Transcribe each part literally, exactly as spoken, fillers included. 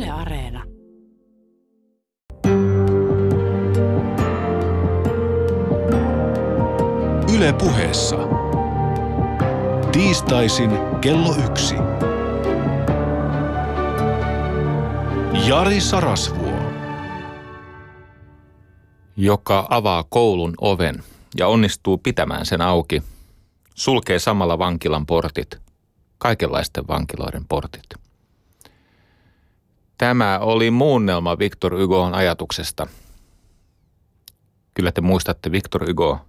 Yle Areena. Yle Puheessa. Tiistaisin kello yksi. Jari Sarasvuo. Joka avaa koulun oven ja onnistuu pitämään sen auki, sulkee samalla vankilan portit, kaikenlaisten vankiloiden portit. Tämä oli muunnelma Victor Hugon ajatuksesta. Kyllä te muistatte Victor Hugo,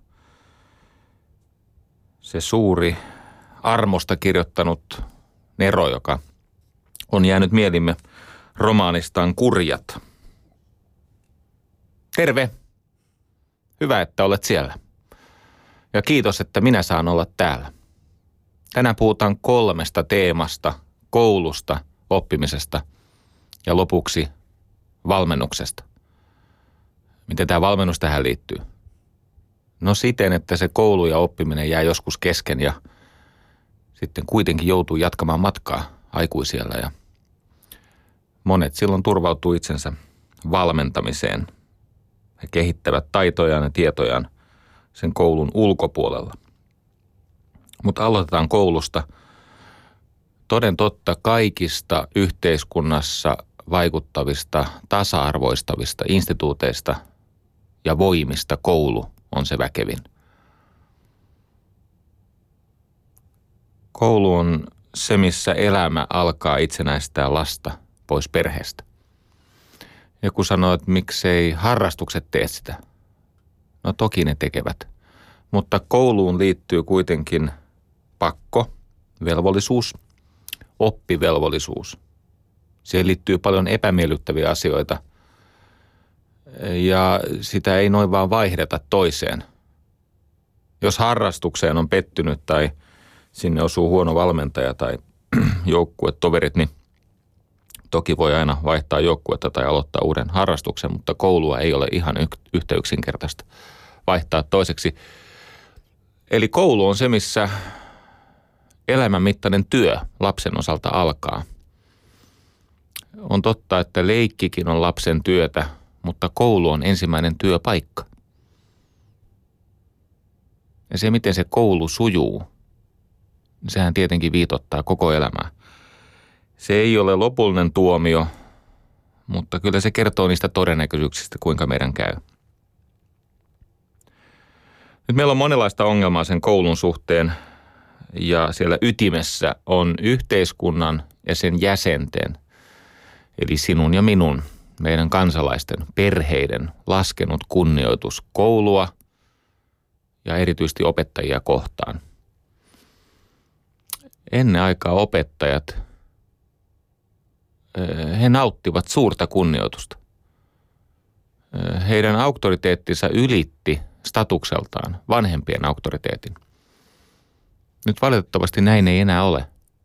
se suuri armosta kirjoittanut nero, joka on jäänyt mielimme romaanistaan Kurjat. Terve! Hyvä, että olet siellä. Ja kiitos, että minä saan olla täällä. Tänään puhutaan kolmesta teemasta, koulusta, oppimisesta ja lopuksi valmennuksesta. Miten tämä valmennus tähän liittyy? No siten, että se koulu ja oppiminen jää joskus kesken ja sitten kuitenkin joutuu jatkamaan matkaa aikuisiellä ja monet silloin turvautuu itsensä valmentamiseen. He kehittävät taitojaan ja tietojaan sen koulun ulkopuolella. Mutta aloitetaan koulusta. Toden totta kaikista yhteiskunnassa vaikuttavista, tasa-arvoistavista instituuteista ja voimista koulu on se väkevin. Koulu on se, missä elämä alkaa itsenäistää lasta pois perheestä. Joku sanoo, että miksei harrastukset tee sitä. No toki ne tekevät. Mutta kouluun liittyy kuitenkin pakko, velvollisuus, oppivelvollisuus. Siihen liittyy paljon epämiellyttäviä asioita ja sitä ei noin vaan vaihdeta toiseen. Jos harrastukseen on pettynyt tai sinne osuu huono valmentaja tai joukkuetoverit, niin toki voi aina vaihtaa joukkuetta tai aloittaa uuden harrastuksen, mutta koulua ei ole ihan yhtä yksinkertaista vaihtaa toiseksi. Eli koulu on se, missä elämänmittainen työ lapsen osalta alkaa. On totta, että leikkikin on lapsen työtä, mutta koulu on ensimmäinen työpaikka. Ja se, miten se koulu sujuu, sehän tietenkin viitottaa koko elämää. Se ei ole lopullinen tuomio, mutta kyllä se kertoo niistä todennäköisyyksistä, kuinka meidän käy. Nyt meillä on monenlaista ongelmaa sen koulun suhteen ja siellä ytimessä on yhteiskunnan ja sen jäsenten, eli sinun ja minun, meidän kansalaisten, perheiden laskenut kunnioitus koulua ja erityisesti opettajia kohtaan. Ennen aikaa opettajat, he nauttivat suurta kunnioitusta. Heidän auktoriteettinsa ylitti statukseltaan vanhempien auktoriteetin. Nyt valitettavasti näin ei enää ole.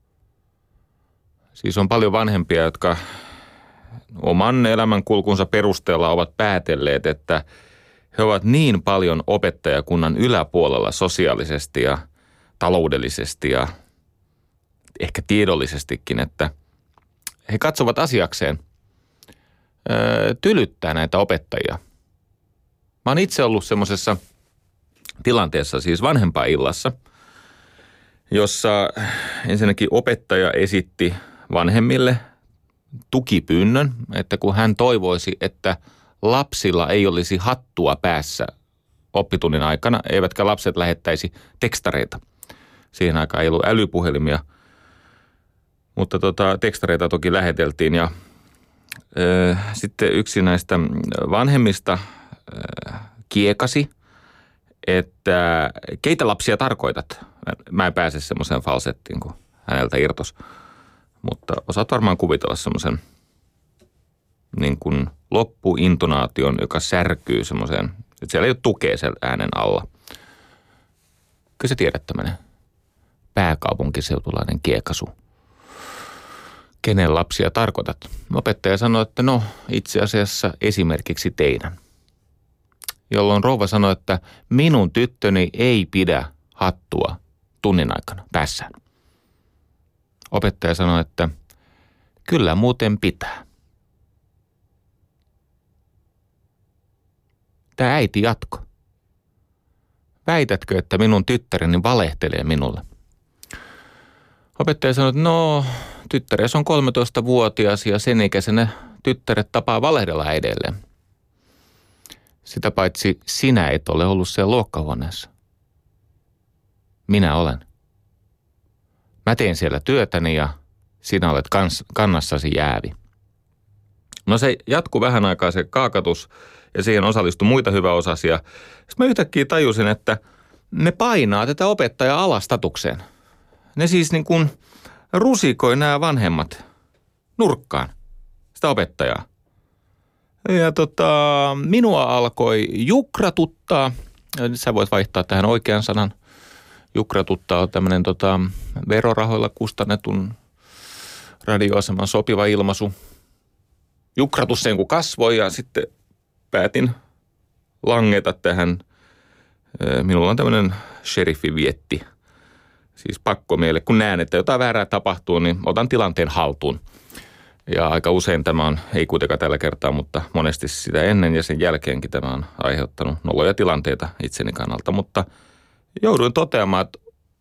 Siis on paljon vanhempia, jotka oman elämänkulkunsa perusteella ovat päätelleet, että he ovat niin paljon opettajakunnan yläpuolella sosiaalisesti ja taloudellisesti ja ehkä tiedollisestikin, että he katsovat asiakseen öö, tylyttää näitä opettajia. Mä oon itse ollut semmoisessa tilanteessa, siis vanhempainillassa, jossa ensinnäkin opettaja esitti vanhemmille tukipyynnön, että kun hän toivoisi, että lapsilla ei olisi hattua päässä oppitunnin aikana, eivätkä lapset lähettäisi tekstareita. Siihen aikaan ei ollut älypuhelimia, mutta tota, tekstareita toki läheteltiin ja ö, sitten yksi näistä vanhemmista ö, kiekasi, että keitä lapsia tarkoitat? Mä en pääse semmoiseen falsettiin, kun häneltä irtos. Mutta osaat varmaan kuvitella semmoisen niin kuin loppuintonaation, joka särkyy semmoiseen, että siellä ei ole tukea sen äänen alla. Kyllä sä tiedät tämmöinen pääkaupunkiseutulainen kiekasu. Kenen lapsia tarkoitat? Opettaja sanoi, että no itse asiassa esimerkiksi teidän. Jolloin rouva sanoi, että minun tyttöni ei pidä hattua tunnin aikana päässään. Opettaja sanoi, että kyllä muuten pitää. tämä äiti jatko. Väitätkö, että minun tyttäreni valehtelee minulle? Opettaja sanoi, että no, tyttäresi on kolmetoistavuotias ja sen ikäisenä tyttäret tapaa valehdella edelleen. Sitä paitsi sinä et ole ollut siellä luokkahuoneessa. Minä olen. Mä teen siellä työtäni ja sinä olet kans, kannassasi jäävi. No se jatkui vähän aikaa se kaakatus ja siihen osallistui muita hyväosaisia. Sitten mä yhtäkkiä tajusin, että ne painaa tätä opettajaa alastatukseen. Ne siis niin kuin rusikoi nämä vanhemmat nurkkaan sitä opettajaa. Ja tota, minua alkoi jukratuttaa. Sä voit vaihtaa tähän oikean sanan. Jukratuttaa on tämmöinen tota, verorahoilla kustannetun radioaseman sopiva ilmaisu. Jukratus sen kun kasvoi ja sitten päätin langeta tähän. Minulla on tämmöinen sheriffivietti. Siis pakko meille, kun näen, että jotain väärää tapahtuu, niin otan tilanteen haltuun. Ja aika usein tämä on, ei kuitenkaan tällä kertaa, mutta monesti sitä ennen ja sen jälkeenkin tämä on aiheuttanut noloja tilanteita itseni kannalta. Mutta jouduin toteamaan, että,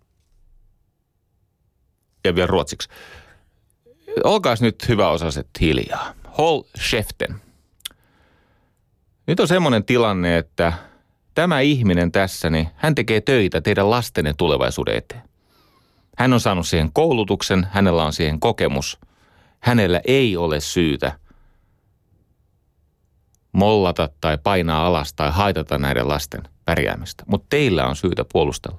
ja vielä ruotsiksi, olkaas nyt hyväosaiset hiljaa. Håll käften. Nyt on semmoinen tilanne, että tämä ihminen tässä, niin hän tekee töitä teidän lastenne tulevaisuuden eteen. Hän on saanut siihen koulutuksen, hänellä on siihen kokemus. Hänellä ei ole syytä mollata tai painaa alas tai haitata näiden lasten pärjäämistä. Mutta teillä on syytä puolustella.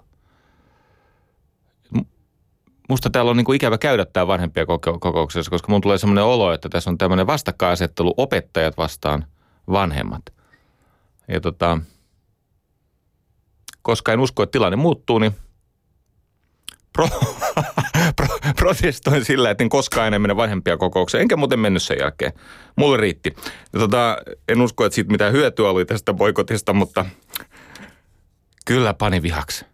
Musta täällä on niinku ikävä käydä tämä vanhempia kokouksessa, koska mun tulee semmoinen olo, että tässä on tämmöinen vastakkainasettelu opettajat vastaan vanhemmat. Ja tota, koska en usko, että tilanne muuttuu, niin pro, pro, protestoin sillä, että en koskaan enää mene vanhempia kokoukseen. Enkä muuten mennyt sen jälkeen. Mulle riitti. Ja tota, en usko, että siitä mitään hyötyä oli tästä boikotista, mutta kyllä pani vihaksi.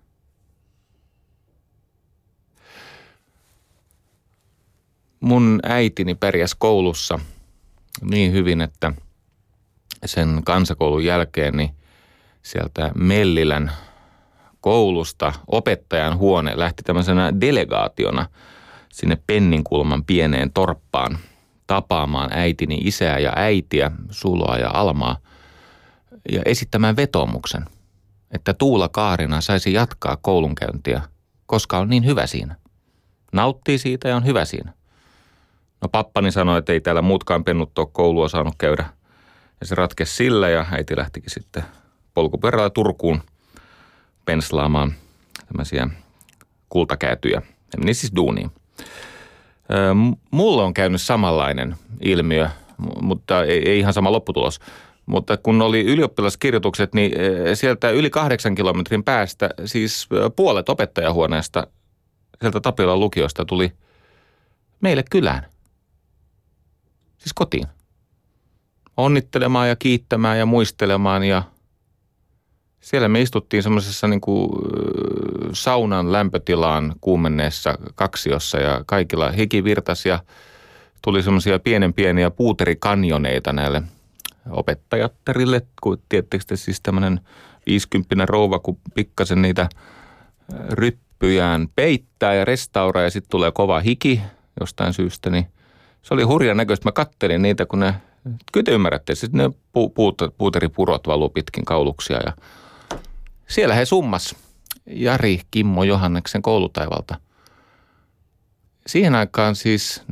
Mun äitini pärjäsi koulussa niin hyvin, että sen kansakoulun jälkeen niin sieltä Mellilän koulusta opettajan huone lähti tämmöisenä delegaationa sinne Penninkulman pieneen torppaan tapaamaan äitini isää ja äitiä, Suloa ja Almaa ja esittämään vetoomuksen, että Tuula Kaarina saisi jatkaa koulunkäyntiä, koska on niin hyvä siinä. Nauttii siitä ja on hyvä siinä. No pappani sanoi, että ei täällä muutkaan pennut ole koulua saanut käydä. Ja se ratkesi sillä ja äiti lähtikin sitten polkupyörällä Turkuun penslaamaan tämmöisiä kultakäätyjä. Se meni siis duuniin. Mulla on käynyt samanlainen ilmiö, mutta ei, ei ihan sama lopputulos. Mutta kun oli ylioppilaskirjoitukset, niin sieltä yli kahdeksan kilometrin päästä, siis puolet opettajahuoneesta sieltä Tapiolan lukiosta tuli meille kylään. Siis kotiin. Onnittelemaan ja kiittämään ja muistelemaan ja siellä me istuttiin semmoisessa niin kuin saunan lämpötilaan kuumenneessa kaksiossa ja kaikilla hiki virtasi ja tuli semmoisia pienen pieniä puuterikanjoneita näille opettajattarille, kun tiettekö te siis tämmöinen viisikymppinen rouva, kun pikkasen niitä ryppyjään peittää ja restauraa ja sitten tulee kova hiki jostain syystä, niin se oli hurjan näköistä. Mä kattelin niitä, kun ne, kyllä te ymmärrätte, sitten ne pu, puut, puuteripurot valuu pitkin kauluksia ja siellä he summas Jari Kimmo Johanneksen koulutaivalta. Siihen aikaan siis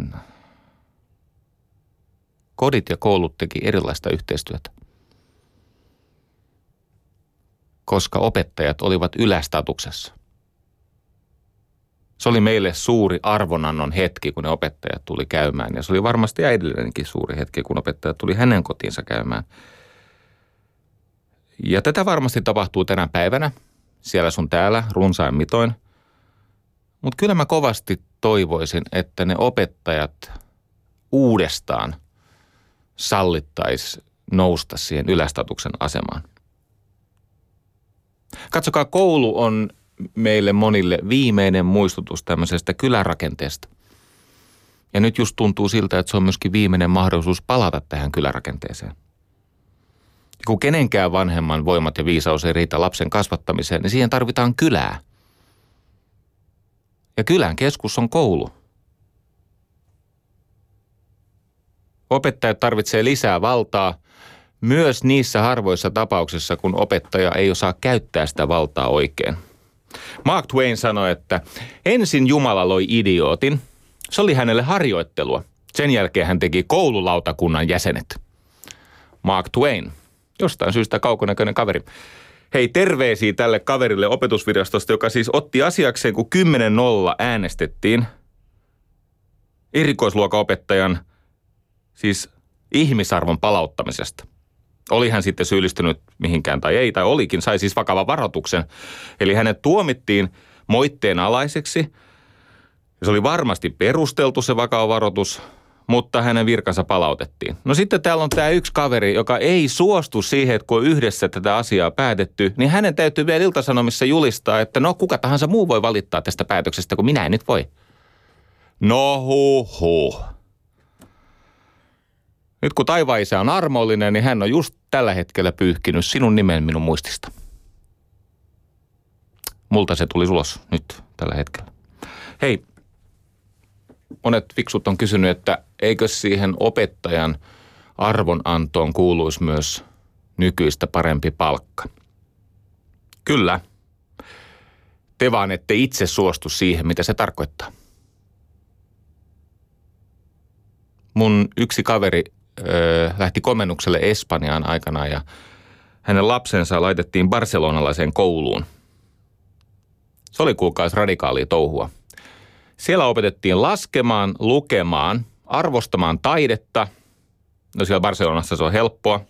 kodit ja koulut teki erilaista yhteistyötä, koska opettajat olivat ylästatuksessa. Se oli meille suuri arvonannon hetki, kun ne opettajat tuli käymään. Ja se oli varmasti äidillenikin suuri hetki, kun opettajat tuli hänen kotiinsa käymään. Ja tätä varmasti tapahtuu tänä päivänä, siellä sun täällä, runsain mitoin. Mutta kyllä mä kovasti toivoisin, että ne opettajat uudestaan sallittaisi nousta siihen ylästatuksen asemaan. Katsokaa, koulu on meille monille viimeinen muistutus tämmöisestä kylärakenteesta. Ja nyt just tuntuu siltä, että se on myöskin viimeinen mahdollisuus palata tähän kylärakenteeseen. Kun kenenkään vanhemman voimat ja viisaus ei riitä lapsen kasvattamiseen, niin siihen tarvitaan kylää. Ja kylän keskus on koulu. Opettajat tarvitsee lisää valtaa myös niissä harvoissa tapauksissa, kun opettaja ei osaa käyttää sitä valtaa oikein. Mark Twain sanoi, että ensin Jumala loi idiootin. Se oli hänelle harjoittelua. Sen jälkeen hän teki koululautakunnan jäsenet. Mark Twain, jostain syystä kaukonäköinen kaveri. Hei, terveisiä tälle kaverille opetusvirastosta, joka siis otti asiakseen, kun kymmenen nolla äänestettiin erikoisluokanopettajan siis ihmisarvon palauttamisesta. Oli hän sitten syyllistynyt mihinkään tai ei, tai olikin, sai siis vakavan varoituksen. Eli hänet tuomittiin moitteen alaiseksi. Se oli varmasti perusteltu se vakava varoitus, mutta hänen virkansa palautettiin. No sitten täällä on tämä yksi kaveri, joka ei suostu siihen, että kun on yhdessä tätä asiaa päätetty, niin hänen täytyy vielä Ilta-Sanomissa julistaa, että no kuka tahansa muu voi valittaa tästä päätöksestä, kun minä en nyt voi. No huh huh. Nyt kun taivaisä on armollinen, niin hän on just tällä hetkellä pyyhkinyt sinun nimen minun muistista. Multa se tuli ulos nyt tällä hetkellä. Hei, monet fiksut on kysynyt, että eikö siihen opettajan arvonantoon kuuluisi myös nykyistä parempi palkka. Kyllä. Te vaan ette itse suostu siihen, mitä se tarkoittaa. Mun yksi kaveri ö, lähti komennukselle Espanjaan aikanaan ja hänen lapsensa laitettiin barcelonalaiseen kouluun. Se oli kuulkaas radikaalia touhua. Siellä opetettiin laskemaan, lukemaan, arvostamaan taidetta. No siellä Barcelonassa se on helppoa.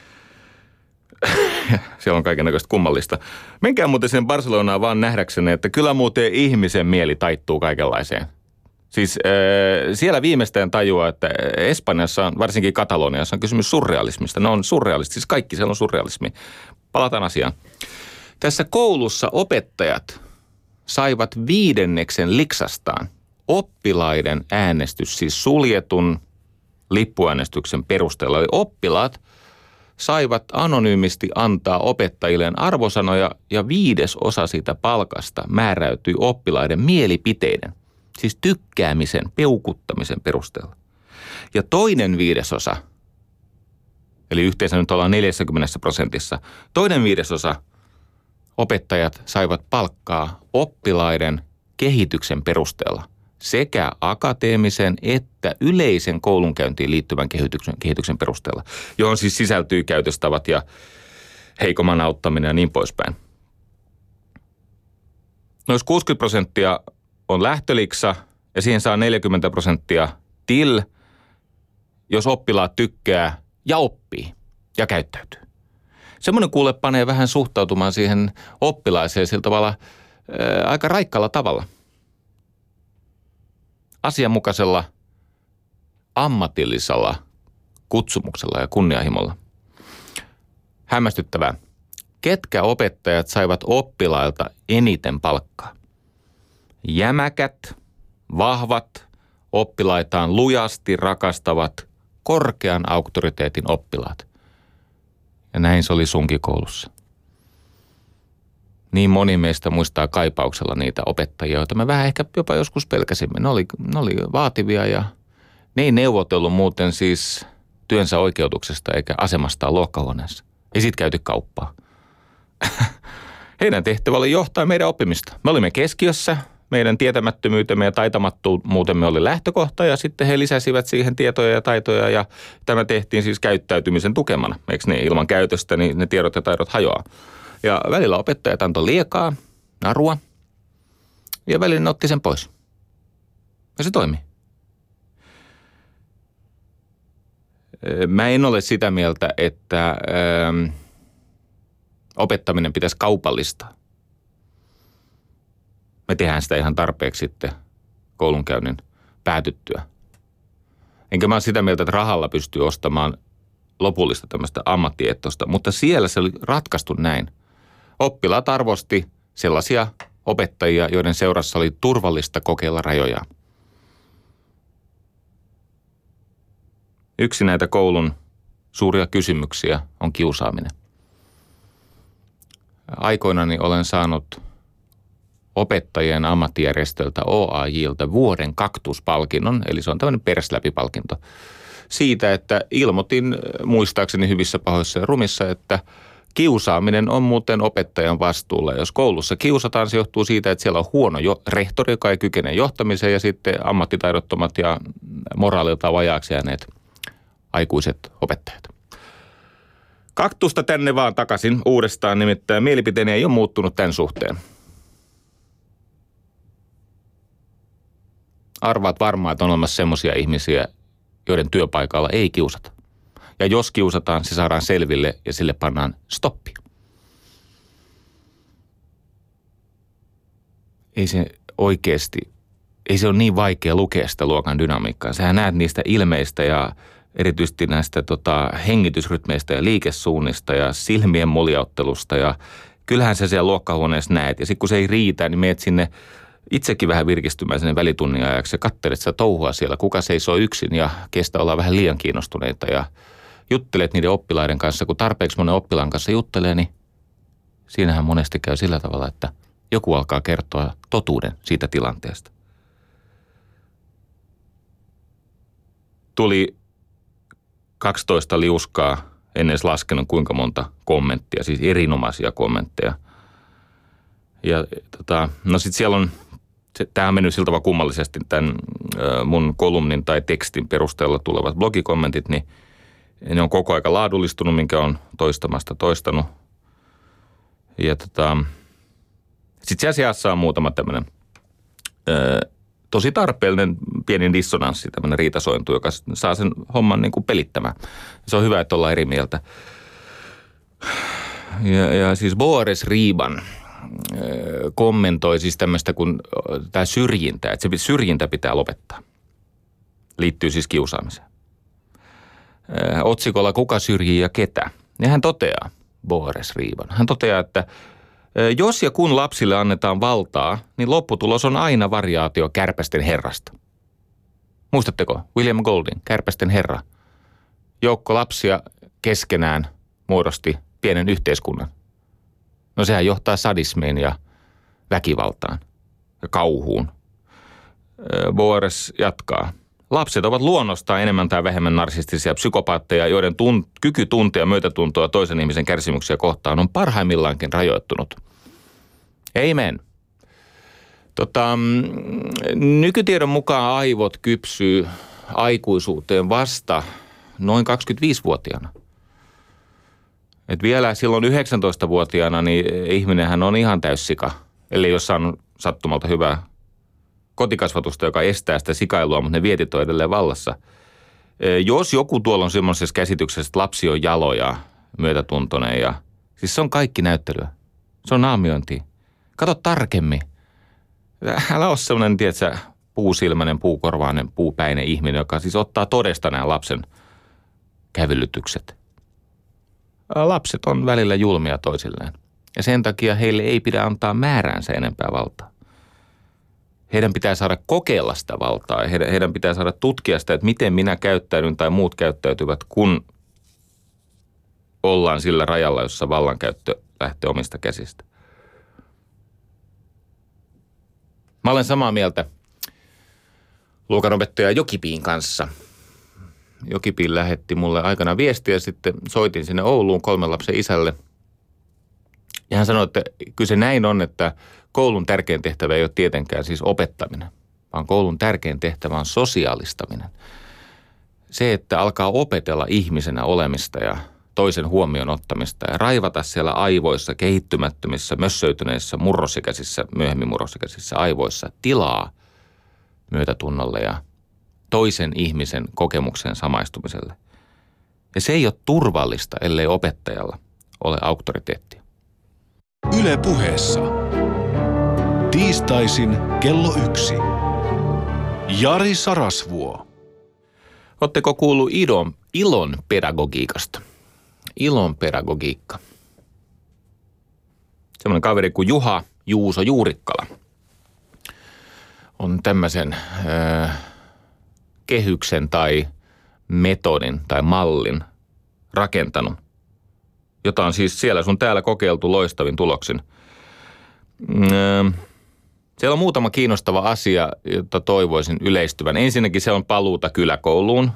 Siellä on kaikennäköistä kummallista. Menkää muuten sen Barcelonaan vaan nähdäksenne, että kyllä muuten ihmisen mieli taittuu kaikenlaiseen. Siis äh, siellä viimeistään tajuaa, että Espanjassa, on, varsinkin Kataloniassa, on kysymys surrealismista. Ne on surrealisti, siis kaikki siellä on surrealismi. Palataan asiaan. Tässä koulussa opettajat saivat viidenneksen liksastaan oppilaiden äänestys, siis suljetun lippuäänestyksen perusteella. Eli oppilaat saivat anonyymisti antaa opettajilleen arvosanoja ja viides osa siitä palkasta määräytyi oppilaiden mielipiteiden, siis tykkäämisen, peukuttamisen perusteella. Ja toinen viidesosa, eli yhteensä nyt ollaan neljäkymmentä prosentissa, toinen viidesosa opettajat saivat palkkaa oppilaiden kehityksen perusteella sekä akateemisen että yleisen koulunkäyntiin liittyvän kehityksen, kehityksen perusteella, johon siis sisältyy käytöstavat ja heikomman auttaminen ja niin poispäin. No jos kuusikymmentä prosenttia on lähtöliksa ja siihen saa neljäkymmentä prosenttia till, jos oppilaat tykkää ja oppii ja käyttäytyy. Semmoinen kuule panee vähän suhtautumaan siihen oppilaiseen sillä tavalla ää, aika raikkalla tavalla. Asianmukaisella, ammatillisella kutsumuksella ja kunnianhimolla. Hämmästyttävää. Ketkä opettajat saivat oppilailta eniten palkkaa? Jämäkät, vahvat, oppilaitaan lujasti rakastavat, korkean auktoriteetin oppilaat. Ja näin se oli sunkin koulussa. Niin moni meistä muistaa kaipauksella niitä opettajia, joita me vähän ehkä jopa joskus pelkäsimme. Ne oli, ne oli vaativia ja ne ei neuvotellut muuten siis työnsä oikeutuksesta eikä asemastaan luokkahuoneessa. Ei sit käyty kauppaa. Heidän tehtävä oli johtaa meidän oppimista. Me olimme keskiössä, meidän tietämättömyytemme ja taitamattomuutemme oli lähtökohta ja sitten he lisäsivät siihen tietoja ja taitoja ja tämä tehtiin siis käyttäytymisen tukemana. Eikö niin? Ilman käytöstä niin ne tiedot ja taidot hajoaa. Ja välillä opettajat antoi liekaa, narua ja välillä ne otti sen pois. Ja se toimi. Mä en ole sitä mieltä, että ähm, opettaminen pitäisi kaupallistaa. Me tehdään sitä ihan tarpeeksi sitten koulunkäynnin päätyttyä. Enkä mä ole sitä mieltä, että rahalla pystyy ostamaan lopullista tämmöistä ammattiehtoista, mutta siellä se oli ratkaistu näin. Oppilaat arvosti sellaisia opettajia, joiden seurassa oli turvallista kokeilla rajoja. Yksi näitä koulun suuria kysymyksiä on kiusaaminen. Aikoinani olen saanut opettajien ammattijärjestöltä O A J:ltä vuoden kaktuspalkinnon, eli se on tämmöinen persläpipalkinto, siitä, että ilmoitin muistaakseni hyvissä pahoissa ja rumissa, että kiusaaminen on muuten opettajan vastuulla. Jos koulussa kiusataan, se johtuu siitä, että siellä on huono jo, rehtori, joka ei kykene johtamiseen, ja sitten ammattitaidottomat ja moraalilta vajaaksi jääneet aikuiset opettajat. Kaktusta tänne vaan takaisin uudestaan, nimittäin mielipiteeni ei ole muuttunut tämän suhteen. Arvaat varmaan, että on olemassa semmoisia ihmisiä, joiden työpaikalla ei kiusata. Ja jos kiusataan, se saadaan selville ja sille pannaan stoppi. Ei se oikeasti, ei se ole niin vaikea lukea sitä luokan dynamiikkaa. Sähän näet niistä ilmeistä ja erityisesti näistä tota, hengitysrytmeistä ja liikesuunnista ja silmien muljauttelusta. Ja kyllähän sä siellä luokkahuoneessa näet. Ja sitten kun se ei riitä, niin meet sinne itsekin vähän virkistymään sinne välitunnin ajaksi ja katselet sitä touhua siellä. Kuka seisoo yksin ja kestä ollaan vähän liian kiinnostuneita ja juttelet niiden oppilaiden kanssa. Kun tarpeeksi monen oppilaan kanssa juttelee, niin siinähän monesti käy sillä tavalla, että joku alkaa kertoa totuuden siitä tilanteesta. Tuli kaksitoista liuskaa, en edes laskenut kuinka monta kommenttia, siis erinomaisia kommentteja. Ja tota, no sit siellä on, tämä on mennyt sillä tavalla kummallisesti tämän mun kolumnin tai tekstin perusteella tulevat blogikommentit, niin ne on koko aika laadullistunut, minkä on toistamasta toistanut. Ja tota, sitten siellä sijassa on muutama tämmöinen tosi tarpeellinen pieni dissonanssi, tämmöinen riitasointu, joka saa sen homman niin kuin pelittämään. Se on hyvä, että ollaan eri mieltä. Ja, ja siis Boris Riban kommentoi siis tämmöistä kuin tämä syrjintä, että se syrjintä pitää lopettaa. Liittyy siis kiusaamiseen. Otsikolla kuka syrjii ja ketä. Ja hän toteaa, Boris Riban, hän toteaa, että jos ja kun lapsille annetaan valtaa, niin lopputulos on aina variaatio Kärpästen herrasta. Muistatteko? William Golding, Kärpästen herra. Joukko lapsia keskenään muodosti pienen yhteiskunnan. No sehän johtaa sadismiin ja väkivaltaan ja kauhuun. Boris jatkaa. Lapset ovat luonnostaan enemmän tai vähemmän narsistisia psykopaatteja, joiden tunt- kyky tuntea myötätuntoa toisen ihmisen kärsimyksiä kohtaan on parhaimmillaankin rajoittunut. Amen. Tota, nykytiedon mukaan aivot kypsyy aikuisuuteen vasta noin kaksikymmentäviisivuotiaana. Et vielä silloin yhdeksäntoistavuotiaana niin ihminenhän on ihan täyssika, ellei ole saanut sattumalta hyvää kotikasvatusta, joka estää sitä sikailua, mutta ne vietit on edelleen vallassa. Jos joku tuolla on semmoisessa käsityksessä, että lapsi on jalo ja myötätuntoinen ja siis se on kaikki näyttelyä. Se on naamiointi. Kato tarkemmin. Älä ole semmoinen, tiedätkö, puusilmäinen, puukorvainen, puupäinen ihminen, joka siis ottaa todesta nämä lapsen kävelytykset. Lapset on välillä julmia toisilleen ja sen takia heille ei pidä antaa määräänsä enempää valtaa. Heidän pitää saada kokeilla sitä valtaa ja heidän, heidän pitää saada tutkia sitä, että miten minä käyttäydyn tai muut käyttäytyvät, kun ollaan sillä rajalla, jossa vallankäyttö lähtee omista käsistä. Mä olen samaa mieltä luokanopettaja Jokipiin kanssa. Jokipiin lähetti mulle aikana viestiä, sitten soitin sinne Ouluun kolmen lapsen isälle. Ja hän sanoi, että kyllä se näin on, että koulun tärkein tehtävä ei ole tietenkään siis opettaminen, vaan koulun tärkein tehtävä on sosiaalistaminen. Se, että alkaa opetella ihmisenä olemista ja toisen huomioon ottamista ja raivata siellä aivoissa, kehittymättömissä, mössöityneissä, murrosikäisissä, myöhemmin murrosikäisissä aivoissa tilaa myötätunnolle ja toisen ihmisen kokemuksen samaistumiselle. Ja se ei ole turvallista, ellei opettajalla ole auktoriteettia. Yle Puheessa. Tiistaisin kello yksi. Jari Sarasvuo. Oletteko kuullut ilon, ilon pedagogiikasta? Ilon pedagogiikka. Semmoinen kaveri kuin Juha Juuso Juurikkala on tämmöisen äh, kehyksen tai metodin tai mallin rakentanut, jota on siis siellä sun täällä kokeiltu loistavin tuloksin. Siellä on muutama kiinnostava asia, jota toivoisin yleistyvän. Ensinnäkin se on paluuta kyläkouluun,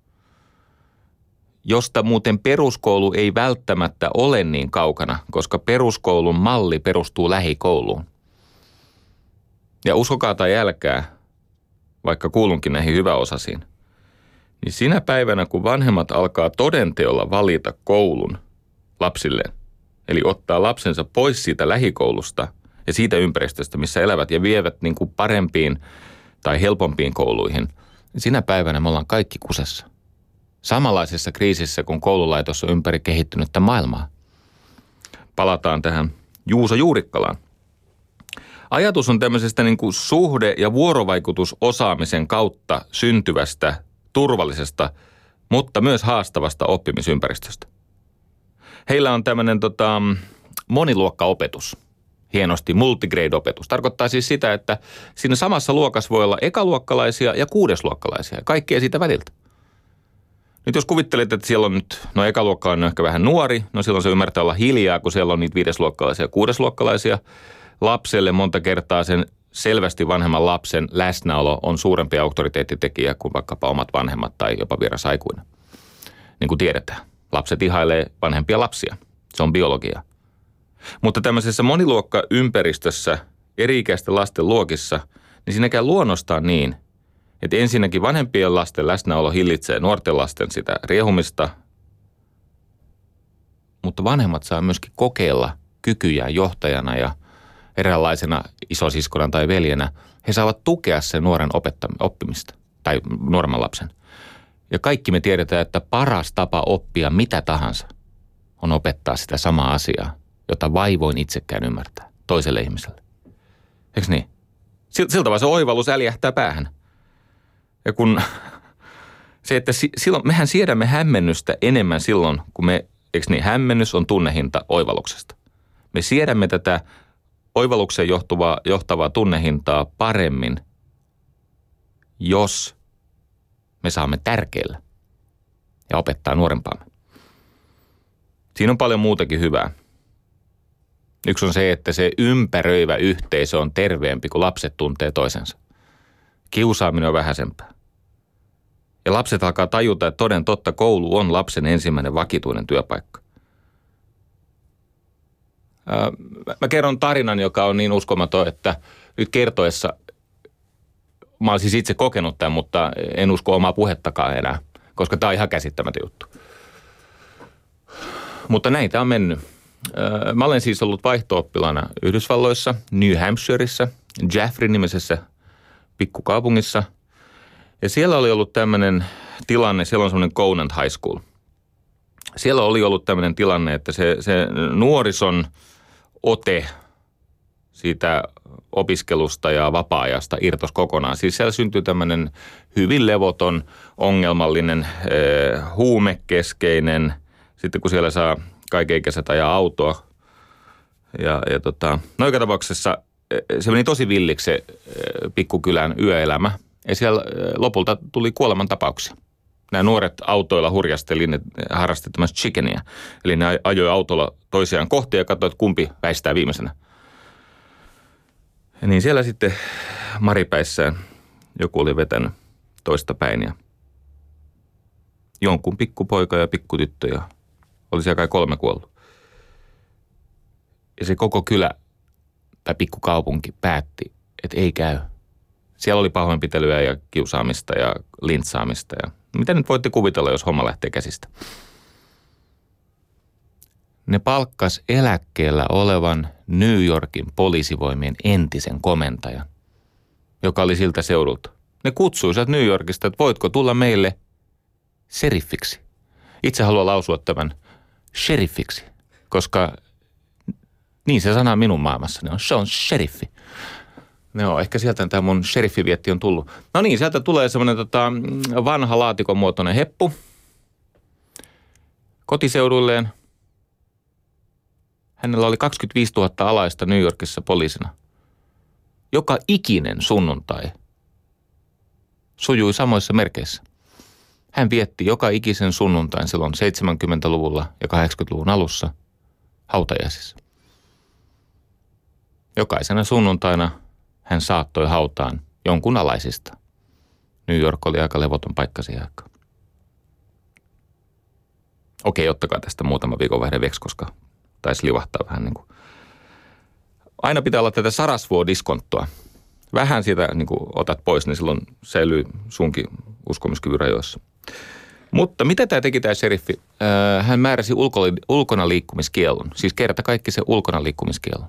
josta muuten peruskoulu ei välttämättä ole niin kaukana, koska peruskoulun malli perustuu lähikouluun. Ja uskokaa tai älkää, vaikka kuulunkin näihin hyväosasiin, niin sinä päivänä, kun vanhemmat alkaa todenteolla valita koulun lapsilleen, eli ottaa lapsensa pois siitä lähikoulusta ja siitä ympäristöstä, missä elävät ja vievät niin kuin parempiin tai helpompiin kouluihin, niin sinä päivänä me ollaan kaikki kusessa. Samanlaisessa kriisissä, kun koululaitos on ympäri kehittynyttä maailmaa. Palataan tähän Juuso Juurikkalaan. Ajatus on tämmöisestä niin kuin suhde- ja vuorovaikutusosaamisen kautta syntyvästä, turvallisesta, mutta myös haastavasta oppimisympäristöstä. Heillä on tämmöinen tota, moniluokkaopetus, hienosti multigrade-opetus. Tarkoittaa siis sitä, että siinä samassa luokassa voi olla ekaluokkalaisia ja kuudesluokkalaisia, kaikkea siitä väliltä. Nyt jos kuvittelet, että siellä on nyt, no ekaluokka on ehkä vähän nuori, no silloin se ymmärtää olla hiljaa, kun siellä on niitä viidesluokkalaisia ja kuudesluokkalaisia. Lapselle monta kertaa sen selvästi vanhemman lapsen läsnäolo on suurempi auktoriteettitekijä kuin vaikkapa omat vanhemmat tai jopa vieras aikuinen. Niin kuin tiedetään, lapset ihailee vanhempia lapsia. Se on biologia. Mutta tämmöisessä moniluokkaympäristössä, eri-ikäisten lasten luokissa, niin siinä käy luonnostaan niin, että ensinnäkin vanhempien lasten läsnäolo hillitsee nuorten lasten sitä riehumista, mutta vanhemmat saa myöskin kokeilla kykyjä johtajana ja eräänlaisena isosiskona tai veljenä. He saavat tukea sen nuoren oppimista tai nuoremman lapsen. Ja kaikki me tiedetään, että paras tapa oppia mitä tahansa on opettaa sitä samaa asiaa, jota vaivoin itsekään ymmärtää toiselle ihmiselle. Eikö niin? Siltä vaan se oivallus äljähtää päähän. Ja kun se, että silloin, mehän siedämme hämmennystä enemmän silloin, kun me, eikö niin, hämmennys on tunnehinta oivalluksesta. Me siedämme tätä oivallukseen johtuvaa, johtavaa tunnehintaa paremmin, jos me saamme tärkeillä ja opettaa nuorempaamme. Siinä on paljon muutakin hyvää. Yksi on se, että se ympäröivä yhteisö on terveempi, kun lapset tuntee toisensa. Kiusaaminen on vähäisempää. Ja lapset alkaa tajuta, että toden totta koulu on lapsen ensimmäinen vakituinen työpaikka. Ää, mä kerron tarinan, joka on niin uskomaton, että nyt kertoessa, mä olen siis itse kokenut tämän, mutta en usko omaa puhettakaan enää, koska tämä on ihan käsittämätön juttu. Mutta näin tämä on mennyt. Ää, mä olen siis ollut vaihto-oppilana Yhdysvalloissa, New Hampshireissa, Jaffrey-nimisessä pikkukaupungissa. Ja siellä oli ollut tämmöinen tilanne, siellä on semmoinen Conant High School. Siellä oli ollut tämmöinen tilanne, että se, se nuorison ote siitä opiskelusta ja vapaa-ajasta irtos kokonaan. Siis siellä syntyy tämmöinen hyvin levoton, ongelmallinen, äh, huumekeskeinen. Sitten kun siellä saa kaikenikäiset ajaa autoa. Ja, ja tota, no joka tapauksessa se meni tosi villiksi se pikkukylän yöelämä. Ja siellä lopulta tuli kuolemantapauksia. Nämä nuoret autoilla hurjasteli, ne harrasti tämmöistä chickenia. Eli ne ajoi autolla toisiaan kohti ja katsoi, että kumpi väistää viimeisenä. Ja niin siellä sitten maripäissään joku oli vetänyt toista päin ja jonkun pikkupoika ja pikkutyttö ja oli siellä kai kolme kuollut. Ja se koko kylä tai pikkukaupunki päätti, että ei käy. Siellä oli pahoinpitelyä ja kiusaamista ja lintsaamista. Ja mitä nyt voitte kuvitella, jos homma lähtee käsistä? Ne palkkas eläkkeellä olevan New Yorkin poliisivoimien entisen komentajan, joka oli siltä seudulta. Ne kutsui sieltä New Yorkista, että voitko tulla meille sheriffiksi. Itse haluan lausua tämän sheriffiksi, koska niin se sana minun maailmassani on. Se on sheriffi. No, ehkä sieltä tämä mun sheriffi-vietti on tullut. No niin, sieltä tulee semmoinen tota, vanha laatikon muotoinen heppu kotiseuduilleen. Hänellä oli kaksikymmentäviisituhatta alaista New Yorkissa poliisina. Joka ikinen sunnuntai sujui samoissa merkeissä. hän vietti joka ikisen sunnuntain silloin seitsemänkymmentäluvulla ja kahdeksankymmentäluvun alussa hautajaisissa. Jokaisena sunnuntaina hän saattoi hautaan jonkun alaisista. New York oli aika levoton paikka siihen aikaan. Okei, ottakaa tästä muutama viikon vaihde veksi, koska taisi livahtaa vähän niin kuin. Aina pitää olla tätä sarasvuodiskonttoa. Vähän siitä niin kuin otat pois, niin silloin säilyy sunkin uskomiskyvyn rajoissa. Mutta mitä tämä teki tämä sheriffi? Hän määräsi ulko, ulkona liikkumiskiellon. Siis kerta kaikki se ulkona liikkumiskiellon.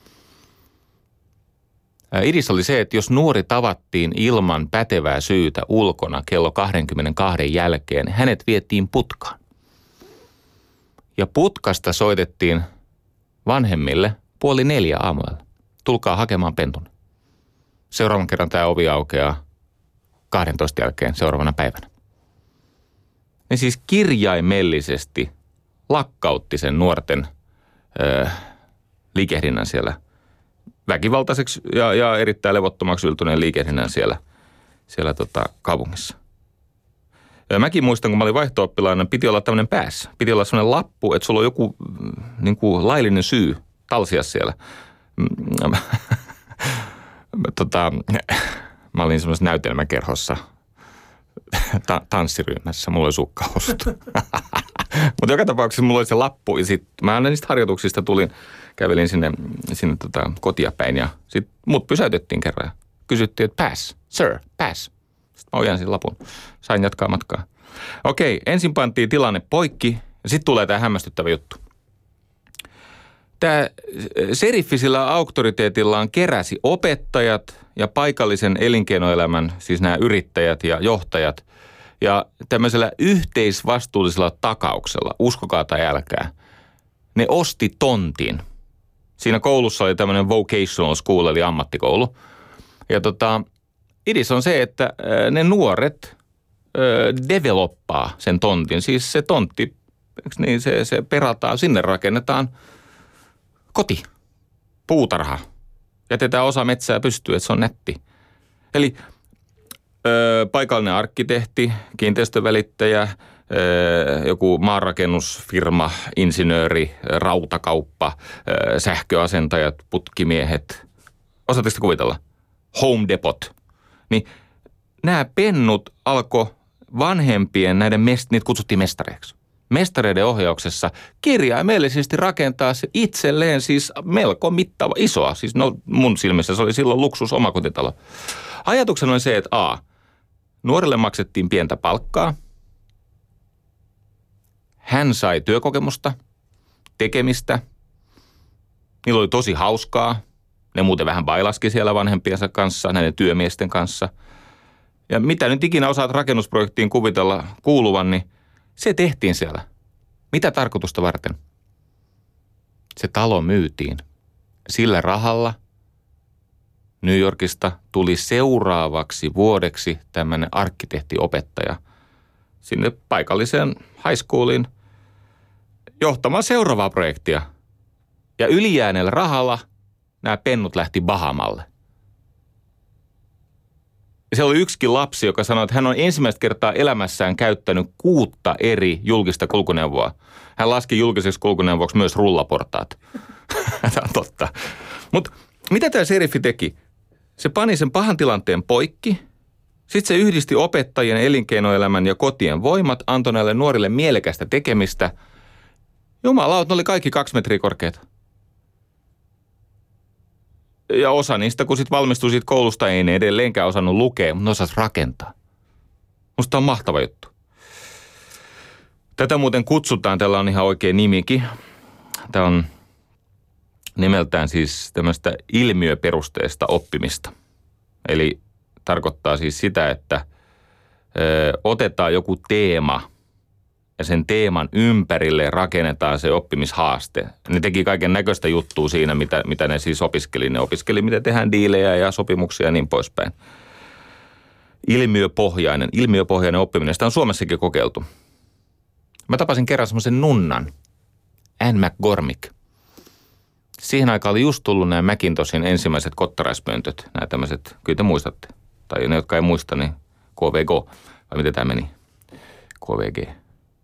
Idis oli se, että jos nuori tavattiin ilman pätevää syytä ulkona kello kaksikymmentäkaksi jälkeen, hänet viettiin putkaan. Ja putkasta soitettiin vanhemmille puoli neljä aamulla. Tulkaa hakemaan pentun. Seuraavan kerran tämä ovi aukeaa kahdentoista jälkeen seuraavana päivänä. Ne siis kirjaimellisesti lakkautti sen nuorten ö, liikehdinnän siellä, väkivaltaiseksi ja, ja erittäin levottomaksi yltyneen liikehdinnän siellä, siellä tota, kaupungissa. Ja mäkin muistan, kun mä olin vaihto-oppilaana, piti olla tämmöinen päässä. Piti olla semmoinen lappu, että sulla on joku niin kuin laillinen syy talsia siellä. tota, mä olin semmoisessa näytelmäkerhossa ta- tanssiryhmässä. Mulla oli sukkahousut. Mutta joka tapauksessa mulla oli se lappu ja sit mä aina niistä harjoituksista tulin, kävelin sinne, sinne tota, kotia päin ja sit mut pysäytettiin kerran ja kysyttiin, että pass, sir, pass. Sitten mä ojensin lapun. Sain jatkaa matkaa. Okei, ensin pantiin tilanne poikki ja sitten tulee tämä hämmästyttävä juttu. Tämä seriffi sillä auktoriteetillaan keräsi opettajat ja paikallisen elinkeinoelämän, siis nämä yrittäjät ja johtajat, ja tämmöisellä yhteisvastuullisella takauksella, uskokaa tai älkää, ne osti tontin. Siinä koulussa oli tämmöinen vocational school, eli ammattikoulu. Ja tota, idis on se, että ne nuoret ö, developpaa sen tontin. Siis se tontti, niin se, se perataan, sinne rakennetaan koti, puutarha. Jätetään osa metsää pystyyn, että se on nätti. Eli ö, paikallinen arkkitehti, kiinteistövälittäjä, ö, joku maanrakennusfirma, insinööri, rautakauppa, ö, sähköasentajat, putkimiehet. Osaatteko kuvitella? Home Depot. Niin nämä pennut alkoi vanhempien näiden, mest, niitä kutsuttiin mestareiksi. Mestareiden ohjauksessa kirjaimellisesti rakentaa se itselleen siis melko mittava, isoa. Siis no mun silmissä se oli silloin luksus omakotitalo. Ajatuksena oli se, että a, nuorelle maksettiin pientä palkkaa. Hän sai työkokemusta, tekemistä. Niillä oli tosi hauskaa. Ne muuten vähän bailaski siellä vanhempiensa kanssa, näiden työmiesten kanssa. Ja mitä nyt ikinä osaat rakennusprojektiin kuvitella kuuluvan, niin se tehtiin siellä. Mitä tarkoitusta varten? Se talo myytiin. Sillä rahalla New Yorkista tuli seuraavaksi vuodeksi tämmöinen arkkitehtiopettaja sinne paikalliseen high schooliin johtamaan seuraavaa projektia. Ja ylijääneellä rahalla nämä pennut lähti Bahamalle. Se oli yksikin lapsi, joka sanoi, että hän on ensimmäistä kertaa elämässään käyttänyt kuutta eri julkista kulkuneuvoa. Hän laski julkiseksi kulkuneuvoksi myös rullaportaat. Tämä on totta. Mutta mitä tämä seriffi teki? Se pani sen pahan tilanteen poikki. Sitten se yhdisti opettajien, elinkeinoelämän ja kotien voimat, antoi näille nuorille mielekästä tekemistä. Jumalaut, ne oli kaikki kaksi metriä korkeita. Ja osa niistä, kun sitten valmistui siitä koulusta, ei ne edelleenkään osannut lukea, mutta ne osasi rakentaa. Musta on mahtava juttu. Tätä muuten kutsutaan, tällä on ihan oikea nimikin. Tämä on nimeltään siis tämmöistä ilmiöperusteista oppimista. Eli tarkoittaa siis sitä, että ö, otetaan joku teema ja sen teeman ympärille rakennetaan se oppimishaaste. Ne teki kaiken näköistä juttua siinä, mitä, mitä ne siis opiskeli. Ne opiskeli, miten tehdään diilejä ja sopimuksia ja niin poispäin. Ilmiöpohjainen, ilmiöpohjainen oppiminen. Sitä on Suomessakin kokeiltu. Mä tapasin kerran semmoisen nunnan, Anne McGormick. Siihen aikaan oli just tullut nämä Macintoshin ensimmäiset kottaraispöntöt. Nämä tämmöiset, kyllä te muistatte. Tai ne, jotka ei muista, niin K V G. Vai miten tämä meni? K V G.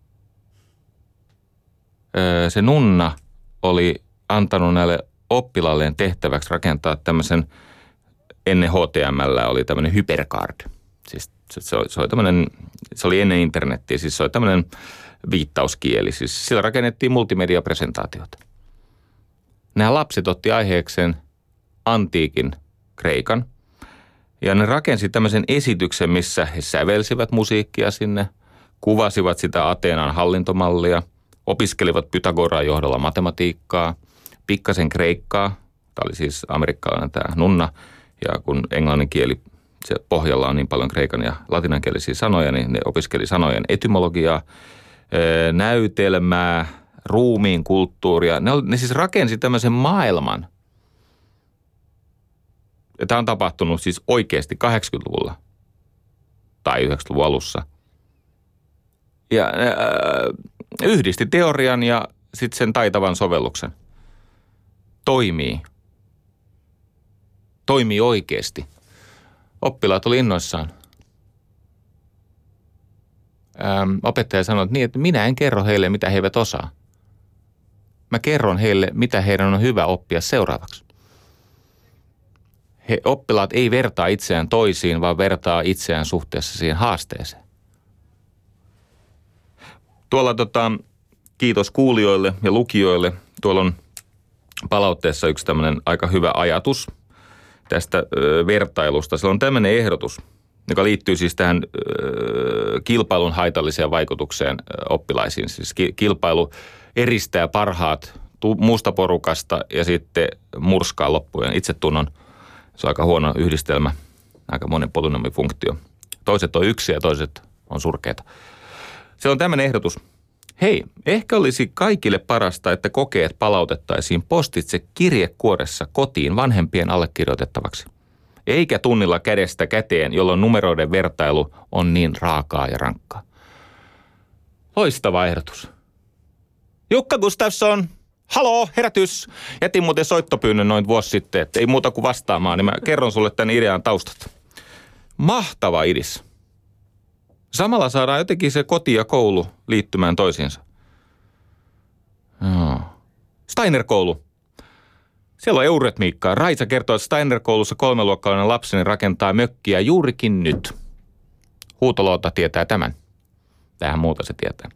Öö, se nunna oli antanut näille oppilaalleen tehtäväksi rakentaa tämmöisen, ennen H T M L oli tämmöinen hypercard. Siis se oli, se oli tämmöinen, se oli ennen internettiä, siis se oli tämmöinen viittauskieli. Siis sillä rakennettiin multimediapresentaatiota. Nämä lapset otti aiheekseen antiikin Kreikan ja ne rakensi tämmöisen esityksen, missä he sävelsivät musiikkia sinne, kuvasivat sitä Ateenan hallintomallia, opiskelivat Pythagoran johdolla matematiikkaa, pikkasen kreikkaa, tämä oli siis amerikkalainen tämä nunna, ja kun englannin kieli, se pohjalla on niin paljon kreikan ja latinankielisiä sanoja, niin ne opiskeli sanojen etymologiaa, näytelmää, ruumiin kulttuuria. Ne, ne siis rakensi tämmöisen maailman. Ja tämä on tapahtunut siis oikeasti kahdeksankymmentäluvulla tai yhdeksänkymmentäluvun alussa. Ja äh, yhdisti teorian ja sitten sen taitavan sovelluksen. Toimii. Toimii oikeasti. Oppilaat oli innoissaan. Ähm, opettaja sanoi, että, niin, että minä en kerro heille, mitä he eivät osaa. Mä kerron heille, mitä heidän on hyvä oppia seuraavaksi. He, oppilaat ei vertaa itseään toisiin, vaan vertaa itseään suhteessa siihen haasteeseen. Tuolla tota, kiitos kuulijoille ja lukijoille. Tuolla on palautteessa yksi tämmöinen aika hyvä ajatus tästä ö, vertailusta. Se on tämmöinen ehdotus, joka liittyy siis tähän ö, kilpailun haitalliseen vaikutukseen ö, oppilaisiin. Siis ki, kilpailu eristää parhaat tu, muusta porukasta ja sitten murskaa loppujen itsetunnon. Se on aika huono yhdistelmä, aika monen polynomifunktio. Toiset on yksi ja toiset on surkeita. Se on tämmöinen ehdotus. Hei, ehkä olisi kaikille parasta, että kokeet palautettaisiin postitse kirjekuoressa kotiin vanhempien allekirjoitettavaksi. Eikä tunnilla kädestä käteen, jolloin numeroiden vertailu on niin raakaa ja rankkaa. Loistava ehdotus. Jukka Gustafsson, haloo, herätys. Jätin muuten soittopyynnön noin vuosi sitten, että ei muuta kuin vastaamaan, niin mä kerron sulle tämän idean taustat. Mahtava idis. Samalla saadaan jotenkin se koti ja koulu liittymään toisiinsa. No. Steiner-koulu. Siellä on eurytmiikkaa. Raisa kertoo, että Steiner-koulussa kolmeluokkalainen lapseni rakentaa mökkiä juurikin nyt. Huutoloota tietää tämän. Tähän muuta se tietää.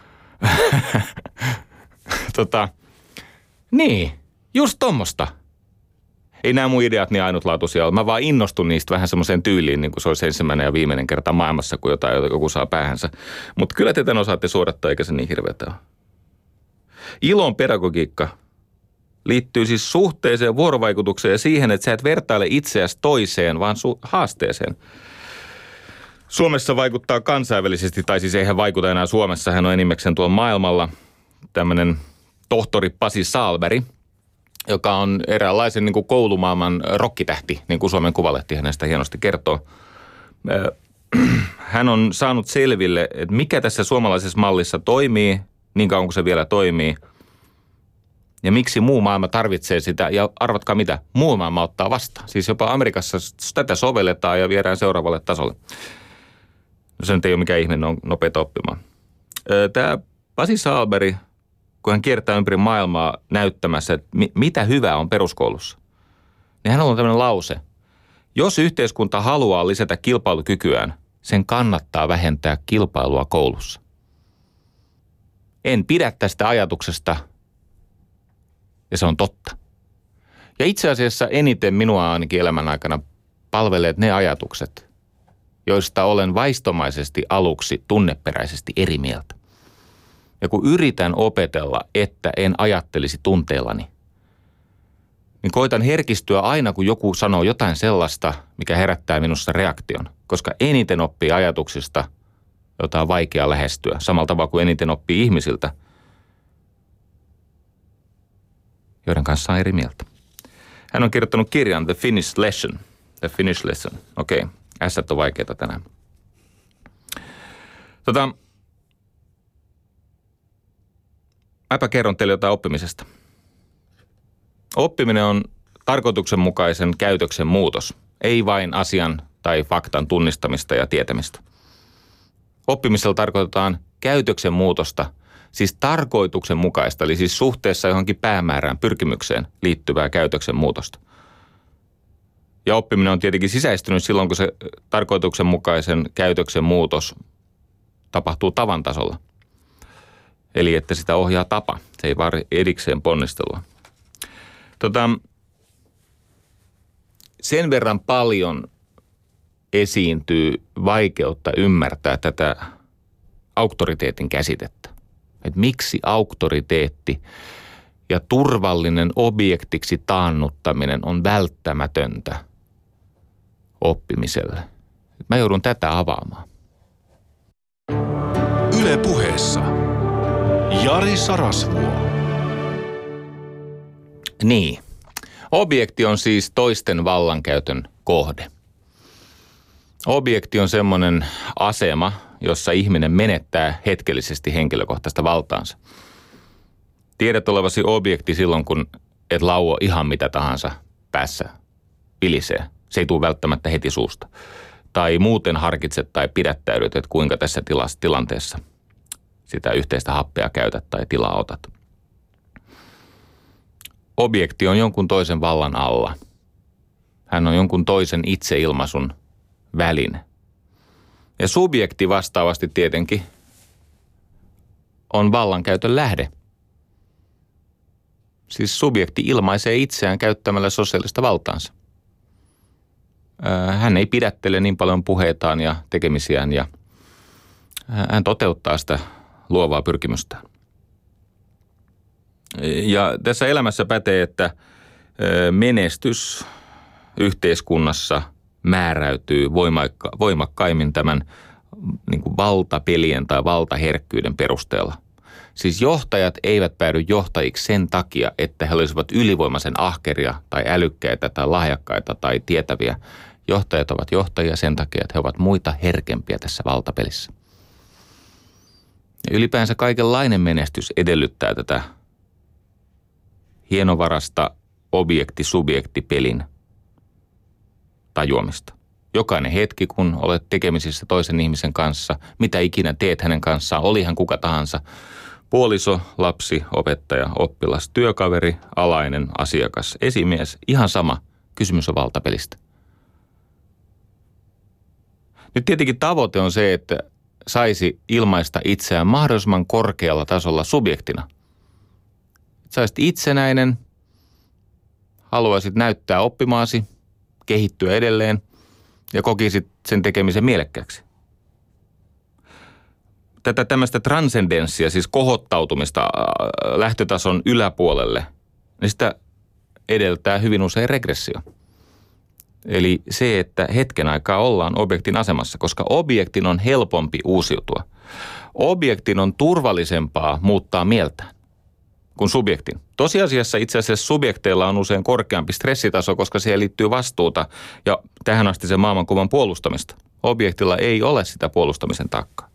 tota, niin, just tommosta. Ei nämä mun ideat niin ainutlaatuisia ole. Mä vaan innostun niistä vähän semmoiseen tyyliin, niin kuin se olisi ensimmäinen ja viimeinen kerta maailmassa, kun jotain joku saa päähänsä. Mutta kyllä te tämän osaatte suodattaa, eikä se niin hirveätä ole. Ilon pedagogiikka liittyy siis suhteeseen, vuorovaikutukseen ja siihen, että sä et vertaile itseäsi toiseen, vaan su- haasteeseen. Suomessa vaikuttaa kansainvälisesti, tai siis eihän vaikuta enää Suomessa, hän on enimmäkseen tuolla maailmalla, tämmöinen tohtori Pasi Sahlberg, joka on eräänlaisen niin kuin koulumaailman rokkitähti, niin kuin Suomen Kuvalehti hänestä hienosti kertoo. Hän on saanut selville, että mikä tässä suomalaisessa mallissa toimii, niin kauan kuin se vielä toimii, ja miksi muu maailma tarvitsee sitä, ja arvatkaa mitä, muu maailma ottaa vastaan. Siis jopa Amerikassa tätä sovelletaan ja viedään seuraavalle tasolle. No se nyt ei ole mikään ihme, ne on nopeita oppimaan. Tämä Pasi Sahlberg, kun hän kiertää ympäri maailmaa näyttämässä, että mi- mitä hyvää on peruskoulussa, niin hän on tämmöinen lause. Jos yhteiskunta haluaa lisätä kilpailukykyään, sen kannattaa vähentää kilpailua koulussa. En pidä tästä ajatuksesta, ja se on totta. Ja itse asiassa eniten minua ainakin elämän aikana palveleet ne ajatukset, joista olen vaistomaisesti aluksi tunneperäisesti eri mieltä. Ja kun yritän opetella, että en ajattelisi tunteellani, niin koitan herkistyä aina, kun joku sanoo jotain sellaista, mikä herättää minussa reaktion. Koska eniten oppii ajatuksista, jota on vaikea lähestyä. Samalla tavalla kuin eniten oppii ihmisiltä, joiden kanssa on eri mieltä. Hän on kirjoittanut kirjan The Finnish Lesson. The Finnish Lesson. Okei, okay. ässät on vaikeita tänään. Tota... Mäpä kerron teille jotain oppimisesta. Oppiminen on tarkoituksenmukaisen käytöksen muutos, ei vain asian tai faktan tunnistamista ja tietämistä. Oppimisella tarkoitetaan käytöksen muutosta, siis tarkoituksen mukaista, eli siis suhteessa johonkin päämäärään, pyrkimykseen liittyvää käytöksen muutosta. Ja oppiminen on tietenkin sisäistynyt silloin, kun se tarkoituksenmukaisen käytöksen muutos tapahtuu tavan tasolla. Eli että sitä ohjaa tapa, se ei vaadi erikseen ponnistelua. Tota, sen verran paljon esiintyy vaikeutta ymmärtää tätä auktoriteetin käsitettä. Että miksi auktoriteetti ja turvallinen objektiksi taannuttaminen on välttämätöntä oppimiselle. Mä joudun tätä avaamaan. Yle Puheessa Jari Sarasvuo. Niin. Objekti on siis toisten vallankäytön kohde. Objekti on semmoinen asema, jossa ihminen menettää hetkellisesti henkilökohtaista valtaansa. Tiedät olevasi objekti silloin, kun et laua ihan mitä tahansa päässä pilisee. Se ei tule välttämättä heti suusta. Tai muuten harkitset tai pidättäydyt, että kuinka tässä tilassa, tilanteessa sitä yhteistä happea käytät tai tilaa otat. Objekti on jonkun toisen vallan alla. Hän on jonkun toisen itseilmaisun väline. Ja subjekti vastaavasti tietenkin on vallankäytön lähde. Siis subjekti ilmaisee itseään käyttämällä sosiaalista valtaansa. Hän ei pidättele niin paljon puheitaan ja tekemisiään ja hän toteuttaa sitä luovaa pyrkimystään. Ja tässä elämässä pätee, että menestys yhteiskunnassa määräytyy voimakka, voimakkaimmin tämän niin kuin valtapelien tai valtaherkkyyden perusteella. Siis johtajat eivät päädy johtajiksi sen takia, että he olisivat ylivoimaisen ahkeria tai älykkäitä tai lahjakkaita tai tietäviä. Johtajat ovat johtajia sen takia, että he ovat muita herkempiä tässä valtapelissä. Ja ylipäänsä kaikenlainen menestys edellyttää tätä hienovarasta objekti-subjekti-pelin tajuamista. Jokainen hetki, kun olet tekemisissä toisen ihmisen kanssa, mitä ikinä teet hänen kanssaan, oli hän kuka tahansa, puoliso, lapsi, opettaja, oppilas, työkaveri, alainen, asiakas, esimies, ihan sama, kysymys on valtapelistä. Nyt tietenkin tavoite on se, että saisi ilmaista itseään mahdollisimman korkealla tasolla subjektina. Saisit itsenäinen, haluaisit näyttää oppimaasi, kehittyä edelleen ja kokisit sen tekemisen mielekkääksi. Tätä tämmöistä transcendenssia, siis kohottautumista lähtötason yläpuolelle, niin sitä edeltää hyvin usein regressio. Eli se, että hetken aikaa ollaan objektin asemassa, koska objektin on helpompi uusiutua. Objektin on turvallisempaa muuttaa mieltään kuin subjektin. Tosiasiassa itse asiassa subjekteilla on usein korkeampi stressitaso, koska siihen liittyy vastuuta ja tähän asti sen maailmankuvan puolustamista. Objektilla ei ole sitä puolustamisen taakkaa.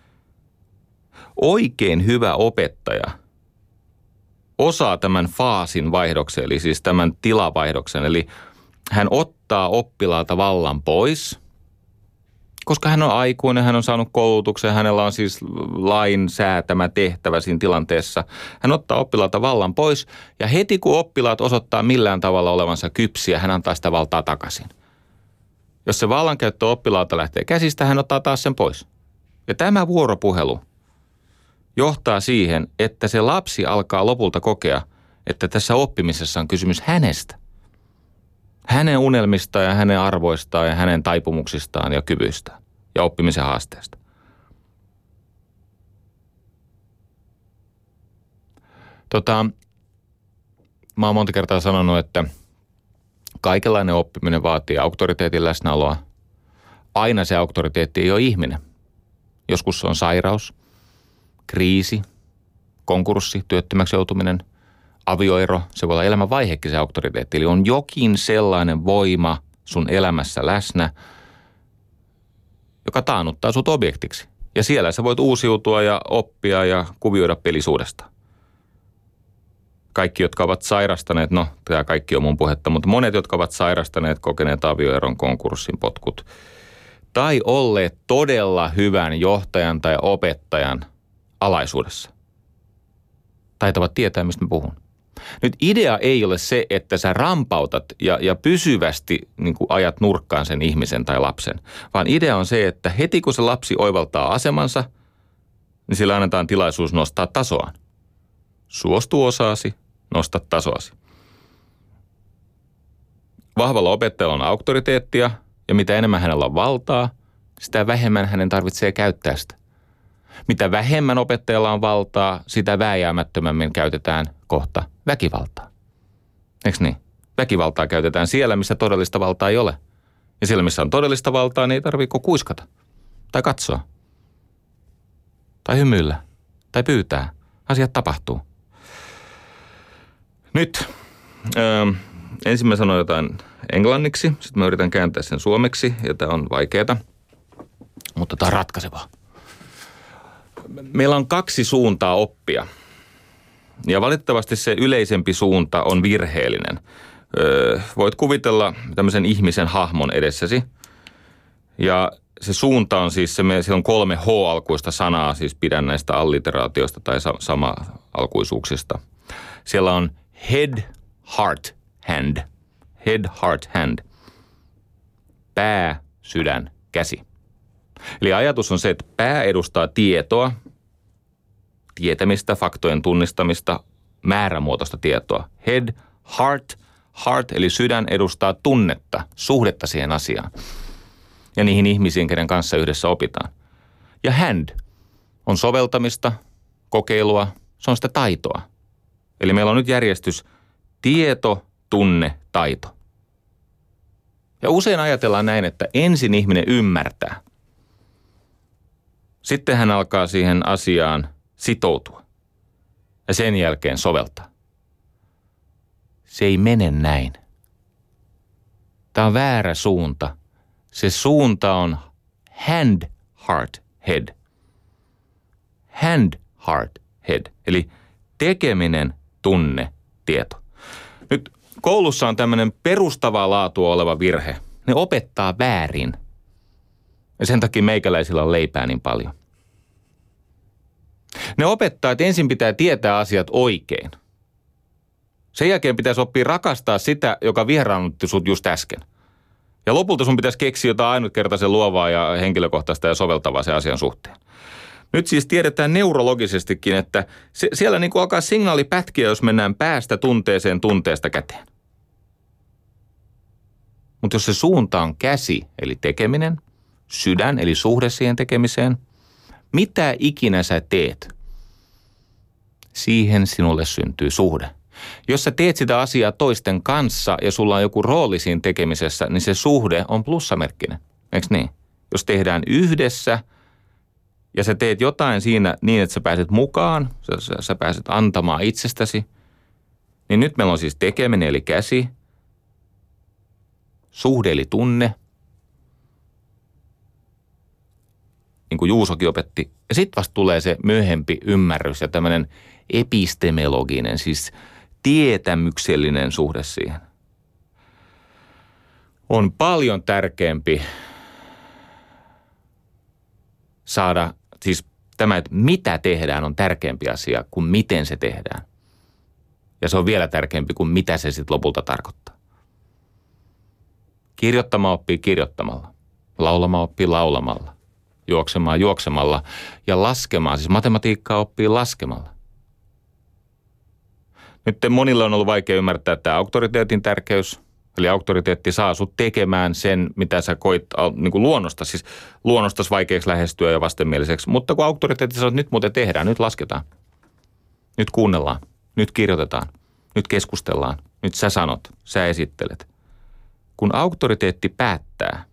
Oikein hyvä opettaja osaa tämän faasin vaihdoksen, eli siis tämän tilavaihdoksen, eli hän ottaa oppilaalta vallan pois, koska hän on aikuinen, hän on saanut koulutuksen, hänellä on siis lain säätämä tehtävä siinä tilanteessa. Hän ottaa oppilaalta vallan pois ja heti kun oppilaat osoittaa millään tavalla olevansa kypsiä, hän antaa sitä valtaa takaisin. Jos se vallankäyttö oppilaalta lähtee käsistä, hän ottaa taas sen pois. Ja tämä vuoropuhelu johtaa siihen, että se lapsi alkaa lopulta kokea, että tässä oppimisessa on kysymys hänestä. Hänen unelmistaan ja hänen arvoistaan ja hänen taipumuksistaan ja kyvyistään ja oppimisen haasteesta. Tota, mä oon monta kertaa sanonut, että kaikenlainen oppiminen vaatii auktoriteetin läsnäoloa. Aina se auktoriteetti ei ole ihminen. Joskus se on sairaus, kriisi, konkurssi, työttömäksi joutuminen, avioero, se voi olla elämän vaihekin se auktoriteetti. Eli on jokin sellainen voima sun elämässä läsnä, joka taannuttaa sut objektiksi. Ja siellä sä voit uusiutua ja oppia ja kuvioida pelisuudesta. Kaikki, jotka ovat sairastaneet, no tämä kaikki on mun puhetta, mutta monet, jotka ovat sairastaneet, kokeneet avioeron, konkurssin, potkut, tai olleet todella hyvän johtajan tai opettajan alaisuudessa. Taitavat tietää, mistä mä puhun. Nyt idea ei ole se, että sä rampautat ja, ja pysyvästi niin kuin ajat nurkkaan sen ihmisen tai lapsen, vaan idea on se, että heti kun se lapsi oivaltaa asemansa, niin sillä annetaan tilaisuus nostaa tasoaan. Suostu osaasi, nosta tasoasi. Vahvalla opettajalla on auktoriteettia ja mitä enemmän hänellä on valtaa, sitä vähemmän hänen tarvitsee käyttää sitä. Mitä vähemmän opettajalla on valtaa, sitä vääjäämättömämmin käytetään kohta väkivaltaa. Eikö niin? Väkivaltaa käytetään siellä, missä todellista valtaa ei ole. Ja siellä, missä on todellista valtaa, niin ei tarvitse kuiskata. Tai katsoa. Tai hymyillä. Tai pyytää. Asiat tapahtuu. Nyt. Öö, ensin mä sanoin jotain englanniksi. Sitten mä yritän kääntää sen suomeksi. Ja tää on vaikeeta. Mutta tää on ratkaisevaa. Meillä on kaksi suuntaa oppia. Ja valitettavasti se yleisempi suunta on virheellinen. Öö, voit kuvitella tämmöisen ihmisen hahmon edessäsi. Ja se suunta on siis, se, siellä on kolme H-alkuista sanaa, siis pidän näistä alliteraatioista tai sa- sama-alkuisuuksista. Siellä on head, heart, hand. Head, heart, hand. Pää, sydän, käsi. Eli ajatus on se, että pää edustaa tietoa, tietämistä, faktojen tunnistamista, määrämuotoista tietoa. Head, heart, heart eli sydän edustaa tunnetta, suhdetta siihen asiaan. Ja niihin ihmisiin, kenen kanssa yhdessä opitaan. Ja hand on soveltamista, kokeilua, se on sitä taitoa. Eli meillä on nyt järjestys tieto, tunne, taito. Ja usein ajatellaan näin, että ensin ihminen ymmärtää. Sitten hän alkaa siihen asiaan sitoutua ja sen jälkeen soveltaa. Se ei mene näin. Tämä on väärä suunta. Se suunta on hand, heart, head. Hand, heart, head. Eli tekeminen, tunne, tieto. Nyt koulussa on tämmöinen perustavaa laatua oleva virhe. Ne opettaa väärin. Ja sen takia meikäläisillä on leipää niin paljon. Ne opettaa, että ensin pitää tietää asiat oikein. Sen jälkeen pitäisi oppia rakastaa sitä, joka vieraannutti sut just äsken. Ja lopulta sun pitäisi keksiä jotain ainutkertaisen luovaa ja henkilökohtaista ja soveltavaa sen asian suhteen. Nyt siis tiedetään neurologisestikin, että se, siellä niin kuin alkaa signaali pätkiä, jos mennään päästä tunteeseen, tunteesta käteen. Mutta jos se suunta on käsi, eli tekeminen, sydän, eli suhde siihen tekemiseen, mitä ikinä sä teet, siihen sinulle syntyy suhde. Jos sä teet sitä asiaa toisten kanssa ja sulla on joku rooli siinä tekemisessä, niin se suhde on plussamerkkinen. Eikö niin? Jos tehdään yhdessä ja sä teet jotain siinä niin, että sä pääset mukaan, sä, sä, sä pääset antamaan itsestäsi, niin nyt meillä on siis tekeminen eli käsi, suhde eli tunne, niin kuin Juusokin opetti. Ja sitten vasta tulee se myöhempi ymmärrys ja tämmöinen epistemologinen, siis tietämyksellinen suhde siihen. On paljon tärkeämpi saada, siis tämä, että mitä tehdään on tärkeämpi asia kuin miten se tehdään. Ja se on vielä tärkeämpi kuin mitä se sitten lopulta tarkoittaa. Kirjoittamaan oppii kirjoittamalla, laulamaan oppii laulamalla, juoksemaan juoksemalla ja laskemaan, siis matematiikkaa oppii laskemalla. Nyt monille on ollut vaikea ymmärtää tämä auktoriteetin tärkeys. Eli auktoriteetti saa sut tekemään sen, mitä sä koit niin kuin luonnosta. Siis luonnostas vaikeaksi lähestyä ja vastenmieliseksi. Mutta kun auktoriteetti sanoo, että nyt muuten tehdään, nyt lasketaan. Nyt kuunnellaan, nyt kirjoitetaan, nyt keskustellaan, nyt sä sanot, sä esittelet. Kun auktoriteetti päättää,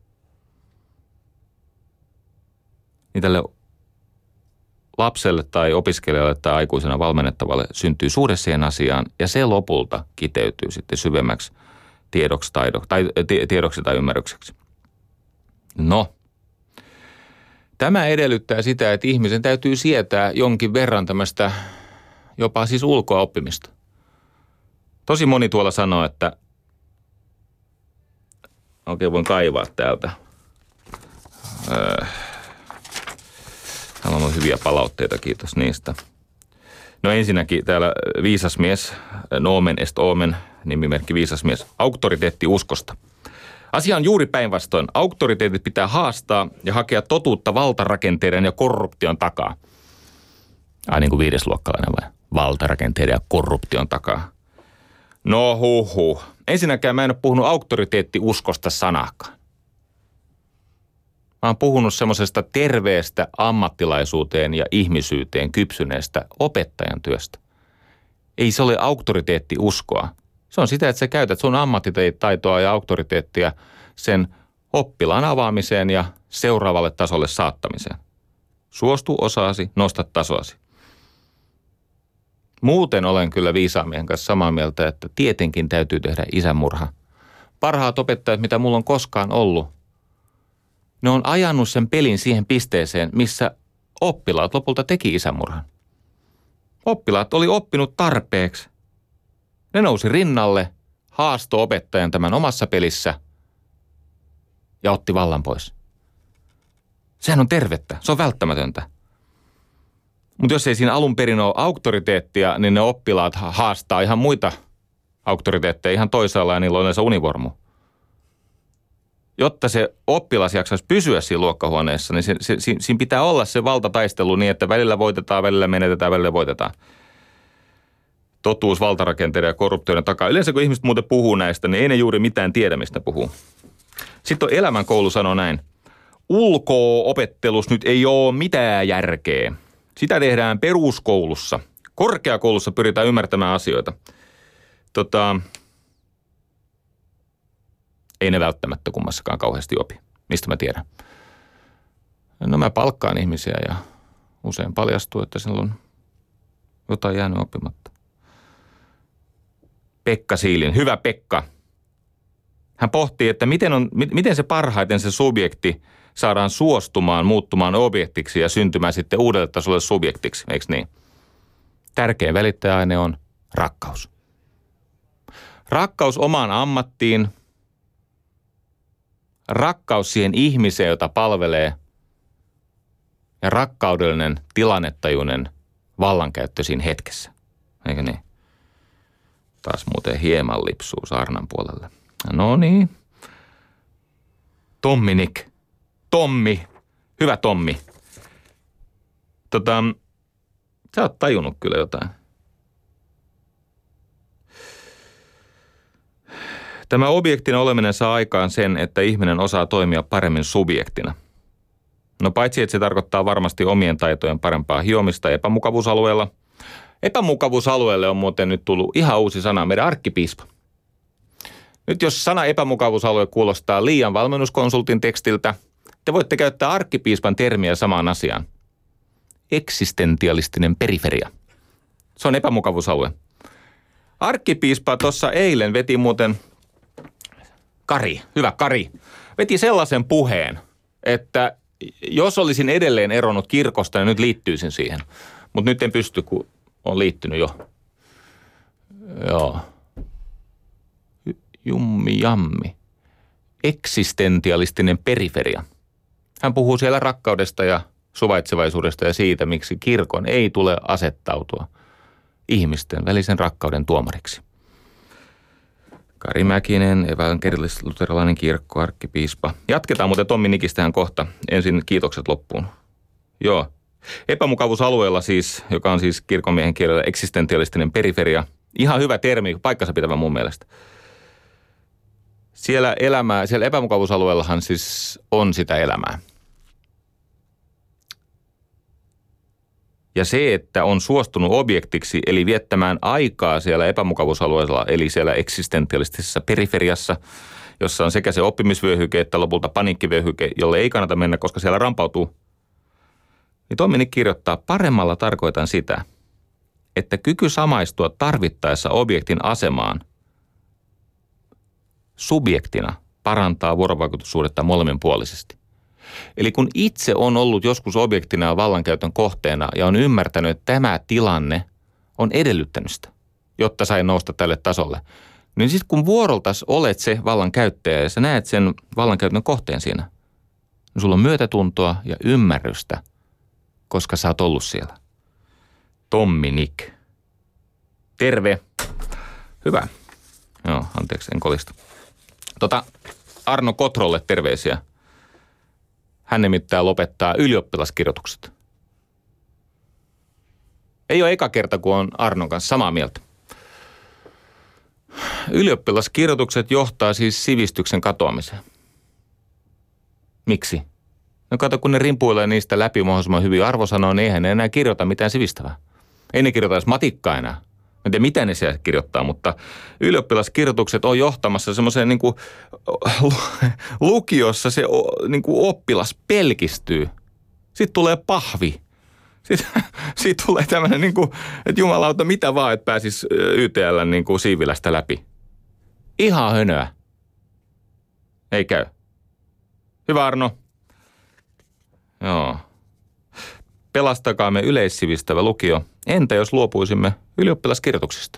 niin tälle lapselle tai opiskelijalle tai aikuisena valmennettavalle syntyy suhde siihen asiaan ja se lopulta kiteytyy sitten syvemmäksi tiedoksi, taido, tai, tiedoksi tai ymmärrykseksi. No, tämä edellyttää sitä, että ihmisen täytyy sietää jonkin verran tämmöistä jopa siis ulkoa oppimista. Tosi moni tuolla sanoo, että okei, voin kaivaa täältä. Öö, täällä on ollut hyviä palautteita, kiitos niistä. No ensinnäkin täällä viisasmies, Nomen est Omen, nimimerkki viisasmies, auktoriteetti uskosta. Asia on juuri päinvastoin. Auktoriteetit pitää haastaa ja hakea totuutta valtarakenteiden ja korruption takaa. Ai niin kuin viidesluokkalainen vai? Valtarakenteiden ja korruption takaa. No huhu. Ensinnäkään mä en ole puhunut auktoriteettiuskosta sanakaan. Mä oon puhunut semmoisesta terveestä ammattilaisuuteen ja ihmisyyteen kypsyneestä opettajan työstä. Ei se ole auktoriteettiuskoa. Se on sitä, että sä käytät sun ammattitaitoa ja auktoriteettia sen oppilaan avaamiseen ja seuraavalle tasolle saattamiseen. Suostu osaasi, nosta tasoasi. Muuten olen kyllä viisaamiehen kanssa samaa mieltä, että tietenkin täytyy tehdä isänmurha. Parhaat opettajat, mitä mulla on koskaan ollut, ne on ajanut sen pelin siihen pisteeseen, missä oppilaat lopulta teki isänmurhan. Oppilaat oli oppinut tarpeeksi. Ne nousi rinnalle, haastoi opettajan tämän omassa pelissä ja otti vallan pois. Sehän on tervettä, se on välttämätöntä. Mutta jos ei siinä alun perin ole auktoriteettia, niin ne oppilaat haastaa ihan muita auktoriteetteja ihan toisaalla ja niillä on yleensä univormu. Jotta se oppilas jaksaisi pysyä siinä luokkahuoneessa, niin se, se, siinä pitää olla se valtataistelu niin, että välillä voitetaan, välillä menetetään, välillä voitetaan. Totuus valtarakenteiden ja korruptioiden takaa. Yleensä kun ihmiset muuten puhuu näistä, niin ei ne juuri mitään tiedä, mistä puhuu. Sitten on elämänkoulu sanoo näin. Ulko-opettelussa nyt ei ole mitään järkeä. Sitä tehdään peruskoulussa. Korkeakoulussa pyritään ymmärtämään asioita. Tota, ei ne välttämättä kummassakaan kauheasti opi. Mistä mä tiedän? No mä palkkaan ihmisiä ja usein paljastuu, että siellä on jotain jäänyt oppimatta. Pekka Siilin. Hyvä Pekka. Hän pohtii, että miten, on, miten se parhaiten se subjekti saadaan suostumaan, muuttumaan objektiksi ja syntymään sitten uudelle tasolle subjektiksi, eikö niin? Tärkein välittäjäaine on rakkaus. Rakkaus omaan ammattiin, rakkaus siihen ihmiseen, jota palvelee, ja rakkaudellinen, tilannetajuinen vallankäyttö siinä hetkessä, eikö niin? Taas muuten hieman lipsuu saarnan puolelle. No niin. Tomminik. Tommi. Hyvä Tommi. Tota, sä oot tajunnut kyllä jotain. Tämä objektina oleminen saa aikaan sen, että ihminen osaa toimia paremmin subjektina. No paitsi, että se tarkoittaa varmasti omien taitojen parempaa hiomista epämukavuusalueella. Epämukavuusalueelle on muuten nyt tullut ihan uusi sana, meidän arkkipiispa. Nyt jos sana epämukavuusalue kuulostaa liian valmennuskonsultin tekstiltä, te voitte käyttää arkkipiispan termiä samaan asiaan. Eksistentialistinen periferia. Se on epämukavuusalue. Arkkipiispa tuossa eilen veti muuten, Kari, hyvä Kari, veti sellaisen puheen, että jos olisin edelleen eronnut kirkosta, niin nyt liittyisin siihen. Mutta nyt en pysty, kun on liittynyt jo. Joo. Jummi jammi. Eksistentialistinen periferia. Hän puhuu siellä rakkaudesta ja suvaitsevaisuudesta ja siitä, miksi kirkon ei tule asettautua ihmisten välisen rakkauden tuomariksi. Kari Mäkinen, evankelis-luterilainen kirkko, arkkipiispa. Jatketaan muuten Tommi Nikistähän kohta. Ensin kiitokset loppuun. Joo. Epämukavuusalueella siis, joka on siis kirkonmiehen kielellä eksistentialistinen periferia. Ihan hyvä termi, paikkansa pitävä mun mielestä. Siellä elämää, siellä epämukavuusalueellahan siis on sitä elämää. Ja se, että on suostunut objektiksi, eli viettämään aikaa siellä epämukavuusalueella, eli siellä eksistentialistisessa periferiassa, jossa on sekä se oppimisvyöhyke että lopulta paniikkivyöhyke, jolle ei kannata mennä, koska siellä rampautuu. Niin Tommi kirjoittaa, paremmalla tarkoitan sitä, että kyky samaistua tarvittaessa objektin asemaan subjektina parantaa vuorovaikutussuhdetta molemminpuolisesti. Eli kun itse on ollut joskus objektina ja vallankäytön kohteena ja on ymmärtänyt, että tämä tilanne on edellyttänyt sitä, jotta sai nousta tälle tasolle, niin sitten kun vuoroltas olet se vallankäyttäjä ja sä näet sen vallankäytön kohteen siinä, niin sulla on myötätuntoa ja ymmärrystä, koska sä oot ollut siellä. Tommi Nick. Terve. Hyvä. Joo, anteeksi, en kolista. Tota, Arno Kotrolle terveisiä. Hän nimittäin lopettaa ylioppilaskirjoitukset. Ei ole eka kerta, kun on Arnon kanssa samaa mieltä. Ylioppilaskirjoitukset johtaa siis sivistyksen katoamiseen. Miksi? No kato, kun ne rimpuilee niistä läpi mahdollisimman hyvin arvosanoin, niin eihän ne enää kirjoita mitään sivistävää. Ei ne kirjoita edes matikkaa enää. En tiedä, mitä ne siellä kirjoittaa, mutta ylioppilaskirjoitukset on johtamassa semmoiseen niin kuin lukiossa se niin kuin oppilas pelkistyy. Sitten tulee pahvi. Sitten siitä tulee tämmöinen, niin kuin, että jumalauta, mitä vaan, että pääsisi Y T L:n niin kuin siivilästä läpi. Ihan hönöä. Ei käy. Hyvä Arno. Joo. Pelastakaamme yleissivistävä lukio. Entä jos luopuisimme ylioppilaskirjoituksista?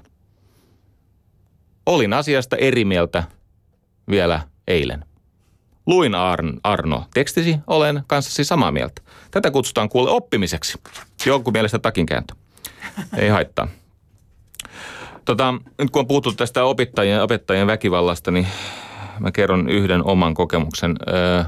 Olin asiasta eri mieltä vielä eilen. Luin Arn, Arno tekstisi, olen kanssasi samaa mieltä. Tätä kutsutaan kuule oppimiseksi. Jonkun mielestä takinkääntö. Ei haittaa. Tota, nyt kun on puhuttu tästä opettajien, opettajien väkivallasta, niin mä kerron yhden oman kokemuksen. Öö,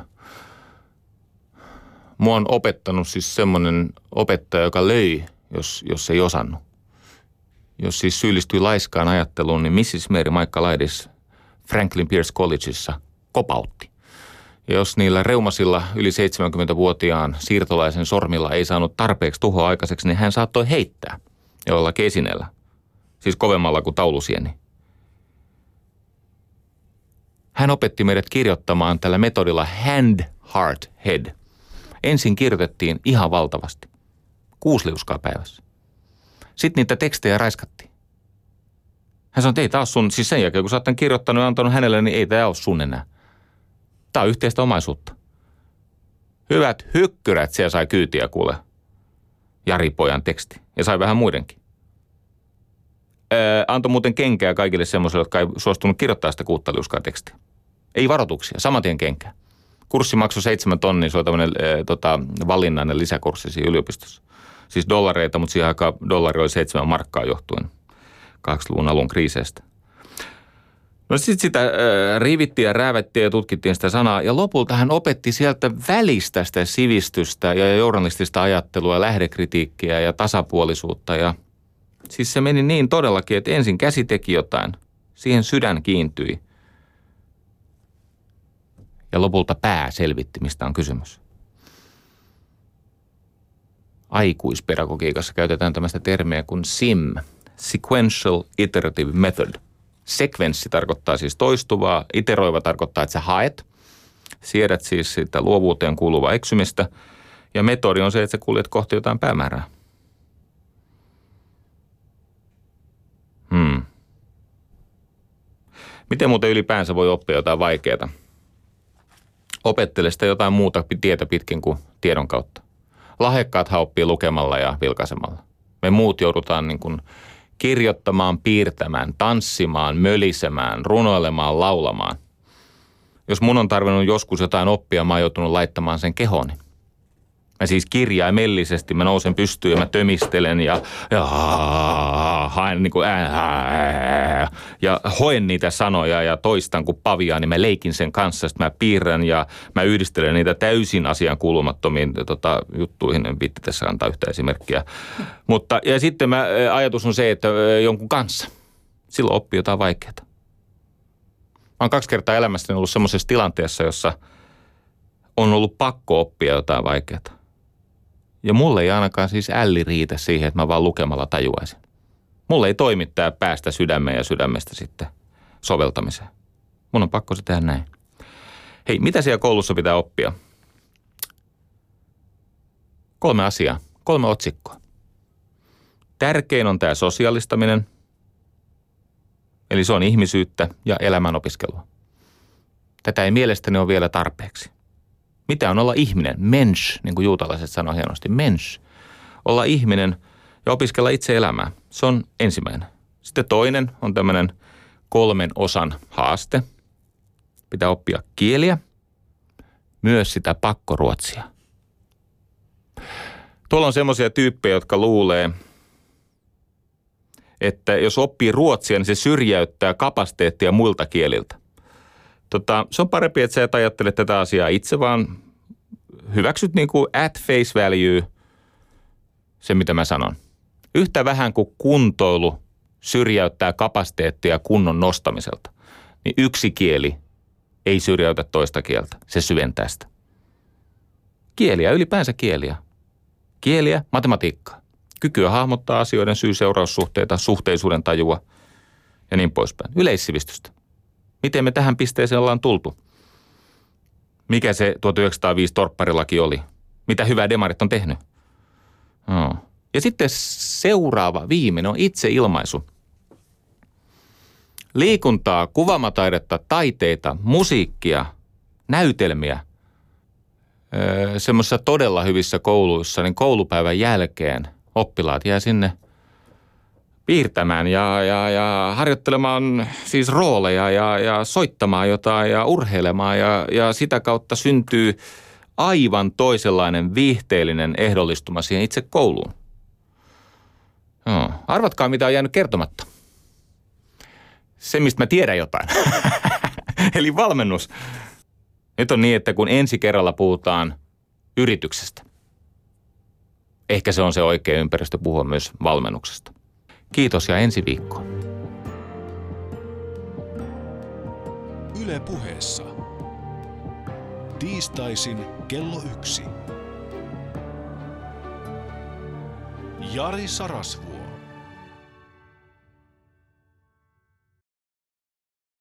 mua on opettanut siis semmoinen opettaja, joka löi, jos, jos ei osannut. Jos siis syyllistyi laiskaan ajatteluun, niin missis Mary Michaelides Franklin Pierce Collegeissa kopautti. Ja jos niillä reumasilla yli seitsemänkymmentävuotiaan siirtolaisen sormilla ei saanut tarpeeksi tuhoa aikaiseksi, niin hän saattoi heittää jollakin esineellä. Siis kovemmalla kuin taulusieni. Hän opetti meidät kirjoittamaan tällä metodilla hand, heart, head. Ensin kirjoitettiin ihan valtavasti. Kuusi liuskaa päivässä. Sitten niitä tekstejä raiskattiin. Hän sanoi, että ei tämä ole sun, siis sen jälkeen kun sä oot tämän kirjoittanut ja antanut hänelle, niin ei tämä ole sun enää. Tämä on yhteistä omaisuutta. Hyvät hykkyrät siellä sai kyytiä kuule. Jari Pojan teksti. Ja sai vähän muidenkin. Öö, antoi muuten kenkää kaikille semmoisille, jotka ei suostunut kirjoittaa sitä kuutta liuskaa tekstiä. Ei varoituksia, saman tien kenkää. Kurssi maksoi seitsemän tonnia, se oli tämmöinen e, tota, valinnainen lisäkurssi siinä yliopistossa. Siis dollareita, mutta siihen aikaan dollari oli seitsemän markkaa johtuen kahdeksankymmentäluvun alun kriiseistä. No sitten sitä äh, riivittiin ja räävettiin ja tutkittiin sitä sanaa. Ja lopulta hän opetti sieltä välistä sitä sivistystä ja journalistista ajattelua ja lähdekritiikkiä ja tasapuolisuutta. Ja siis se meni niin todellakin, että ensin käsi teki jotain, siihen sydän kiintyi. Ja lopulta pää selvitti, mistä on kysymys. Aikuispedagogiikassa käytetään tämmöistä termiä kuin S I M, Sequential Iterative Method. Sekvenssi tarkoittaa siis toistuvaa, iteroiva tarkoittaa, että sä haet. Siedät siis sitä luovuuteen kuuluvaa eksymistä. Ja metodi on se, että sä kuljet kohti jotain päämäärää. Hmm. Miten muuten ylipäänsä voi oppia jotain vaikeaa? Opettele sitä jotain muuta tietä pitkin kuin tiedon kautta. Lahjakkaathan oppii lukemalla ja vilkaisemalla. Me muut joudutaan niin kuin kirjoittamaan, piirtämään, tanssimaan, mölisemään, runoilemaan, laulamaan. Jos mun on tarvinnut joskus jotain oppia, mä oon joutunut laittamaan sen kehooni. Mä siis kirjaimellisesti, mä nousen pystyyn ja mä tömistelen ja, ja haen niin kuin ää, ja hoen niitä sanoja ja toistan kuin paviaa, niin mä leikin sen kanssa. Sitten mä piirrän ja mä yhdistelen niitä täysin asian kuulumattomiin tota, juttuihin. En viitti tässä antaa yhtä esimerkkiä. Mutta ja sitten mä, ajatus on se, että jonkun kanssa. Silloin oppii jotain vaikeaa. Mä oon kaksi kertaa elämässäni ollut semmoisessa tilanteessa, jossa on ollut pakko oppia jotain vaikeaa. Ja mulle ei ainakaan siis älli riitä siihen, että mä vaan lukemalla tajuaisin. Mulle ei toimi tää päästä sydämeen ja sydämestä sitten soveltamiseen. Mun on pakko se tehdä näin. Hei, mitä siellä koulussa pitää oppia? Kolme asiaa, kolme otsikkoa. Tärkein on tää sosiaalistaminen, eli se on ihmisyyttä ja elämän opiskelua. Tätä ei mielestäni ole vielä tarpeeksi. Mitä on olla ihminen? Mensch, niin kuin juutalaiset sanoo hienosti. Mensch. Olla ihminen ja opiskella itse elämää. Se on ensimmäinen. Sitten toinen on tämmöinen kolmen osan haaste. Pitää oppia kieliä, myös sitä pakkoruotsia. Tuolla on semmoisia tyyppejä, jotka luulee, että jos oppii ruotsia, niin se syrjäyttää kapasiteettia muilta kieliltä. Tota, se on parempi, että sä et ajattele tätä asiaa itse, vaan hyväksyt niin kuin at face value se, mitä mä sanon. Yhtä vähän kuin kuntoilu syrjäyttää kapasiteettia kunnon nostamiselta, niin yksi kieli ei syrjäytä toista kieltä. Se syventää sitä. Kieliä, ylipäänsä kieliä. Kieliä, matematiikkaa. Kykyä hahmottaa asioiden syy-seuraussuhteita, suhteisuuden tajua ja niin poispäin. Yleissivistystä. Miten me tähän pisteeseen ollaan tultu? Mikä se tuhatyhdeksänsataaviisi torpparilaki oli? Mitä hyvää demarit on tehnyt? No. Ja sitten seuraava, viimeinen on itseilmaisu. Liikuntaa, kuvaamataidetta, taiteita, musiikkia, näytelmiä. Öö, semmoisissa todella hyvissä kouluissa, niin koulupäivän jälkeen oppilaat jää sinne piirtämään ja, ja, ja harjoittelemaan siis rooleja ja, ja soittamaan jotain ja urheilemaan ja, ja sitä kautta syntyy aivan toisenlainen viihteellinen ehdollistuma siihen itse kouluun. No, arvatkaa, mitä on jäänyt kertomatta. Se, mistä mä tiedän jotain. Eli valmennus. Nyt on niin, että kun ensi kerralla puhutaan yrityksestä, ehkä se on se oikea ympäristö puhua myös valmennuksesta. Kiitos ja ensi viikkoon. Yle Puheessa. Tiistaisin kello yksi. Jari Sarasvuo.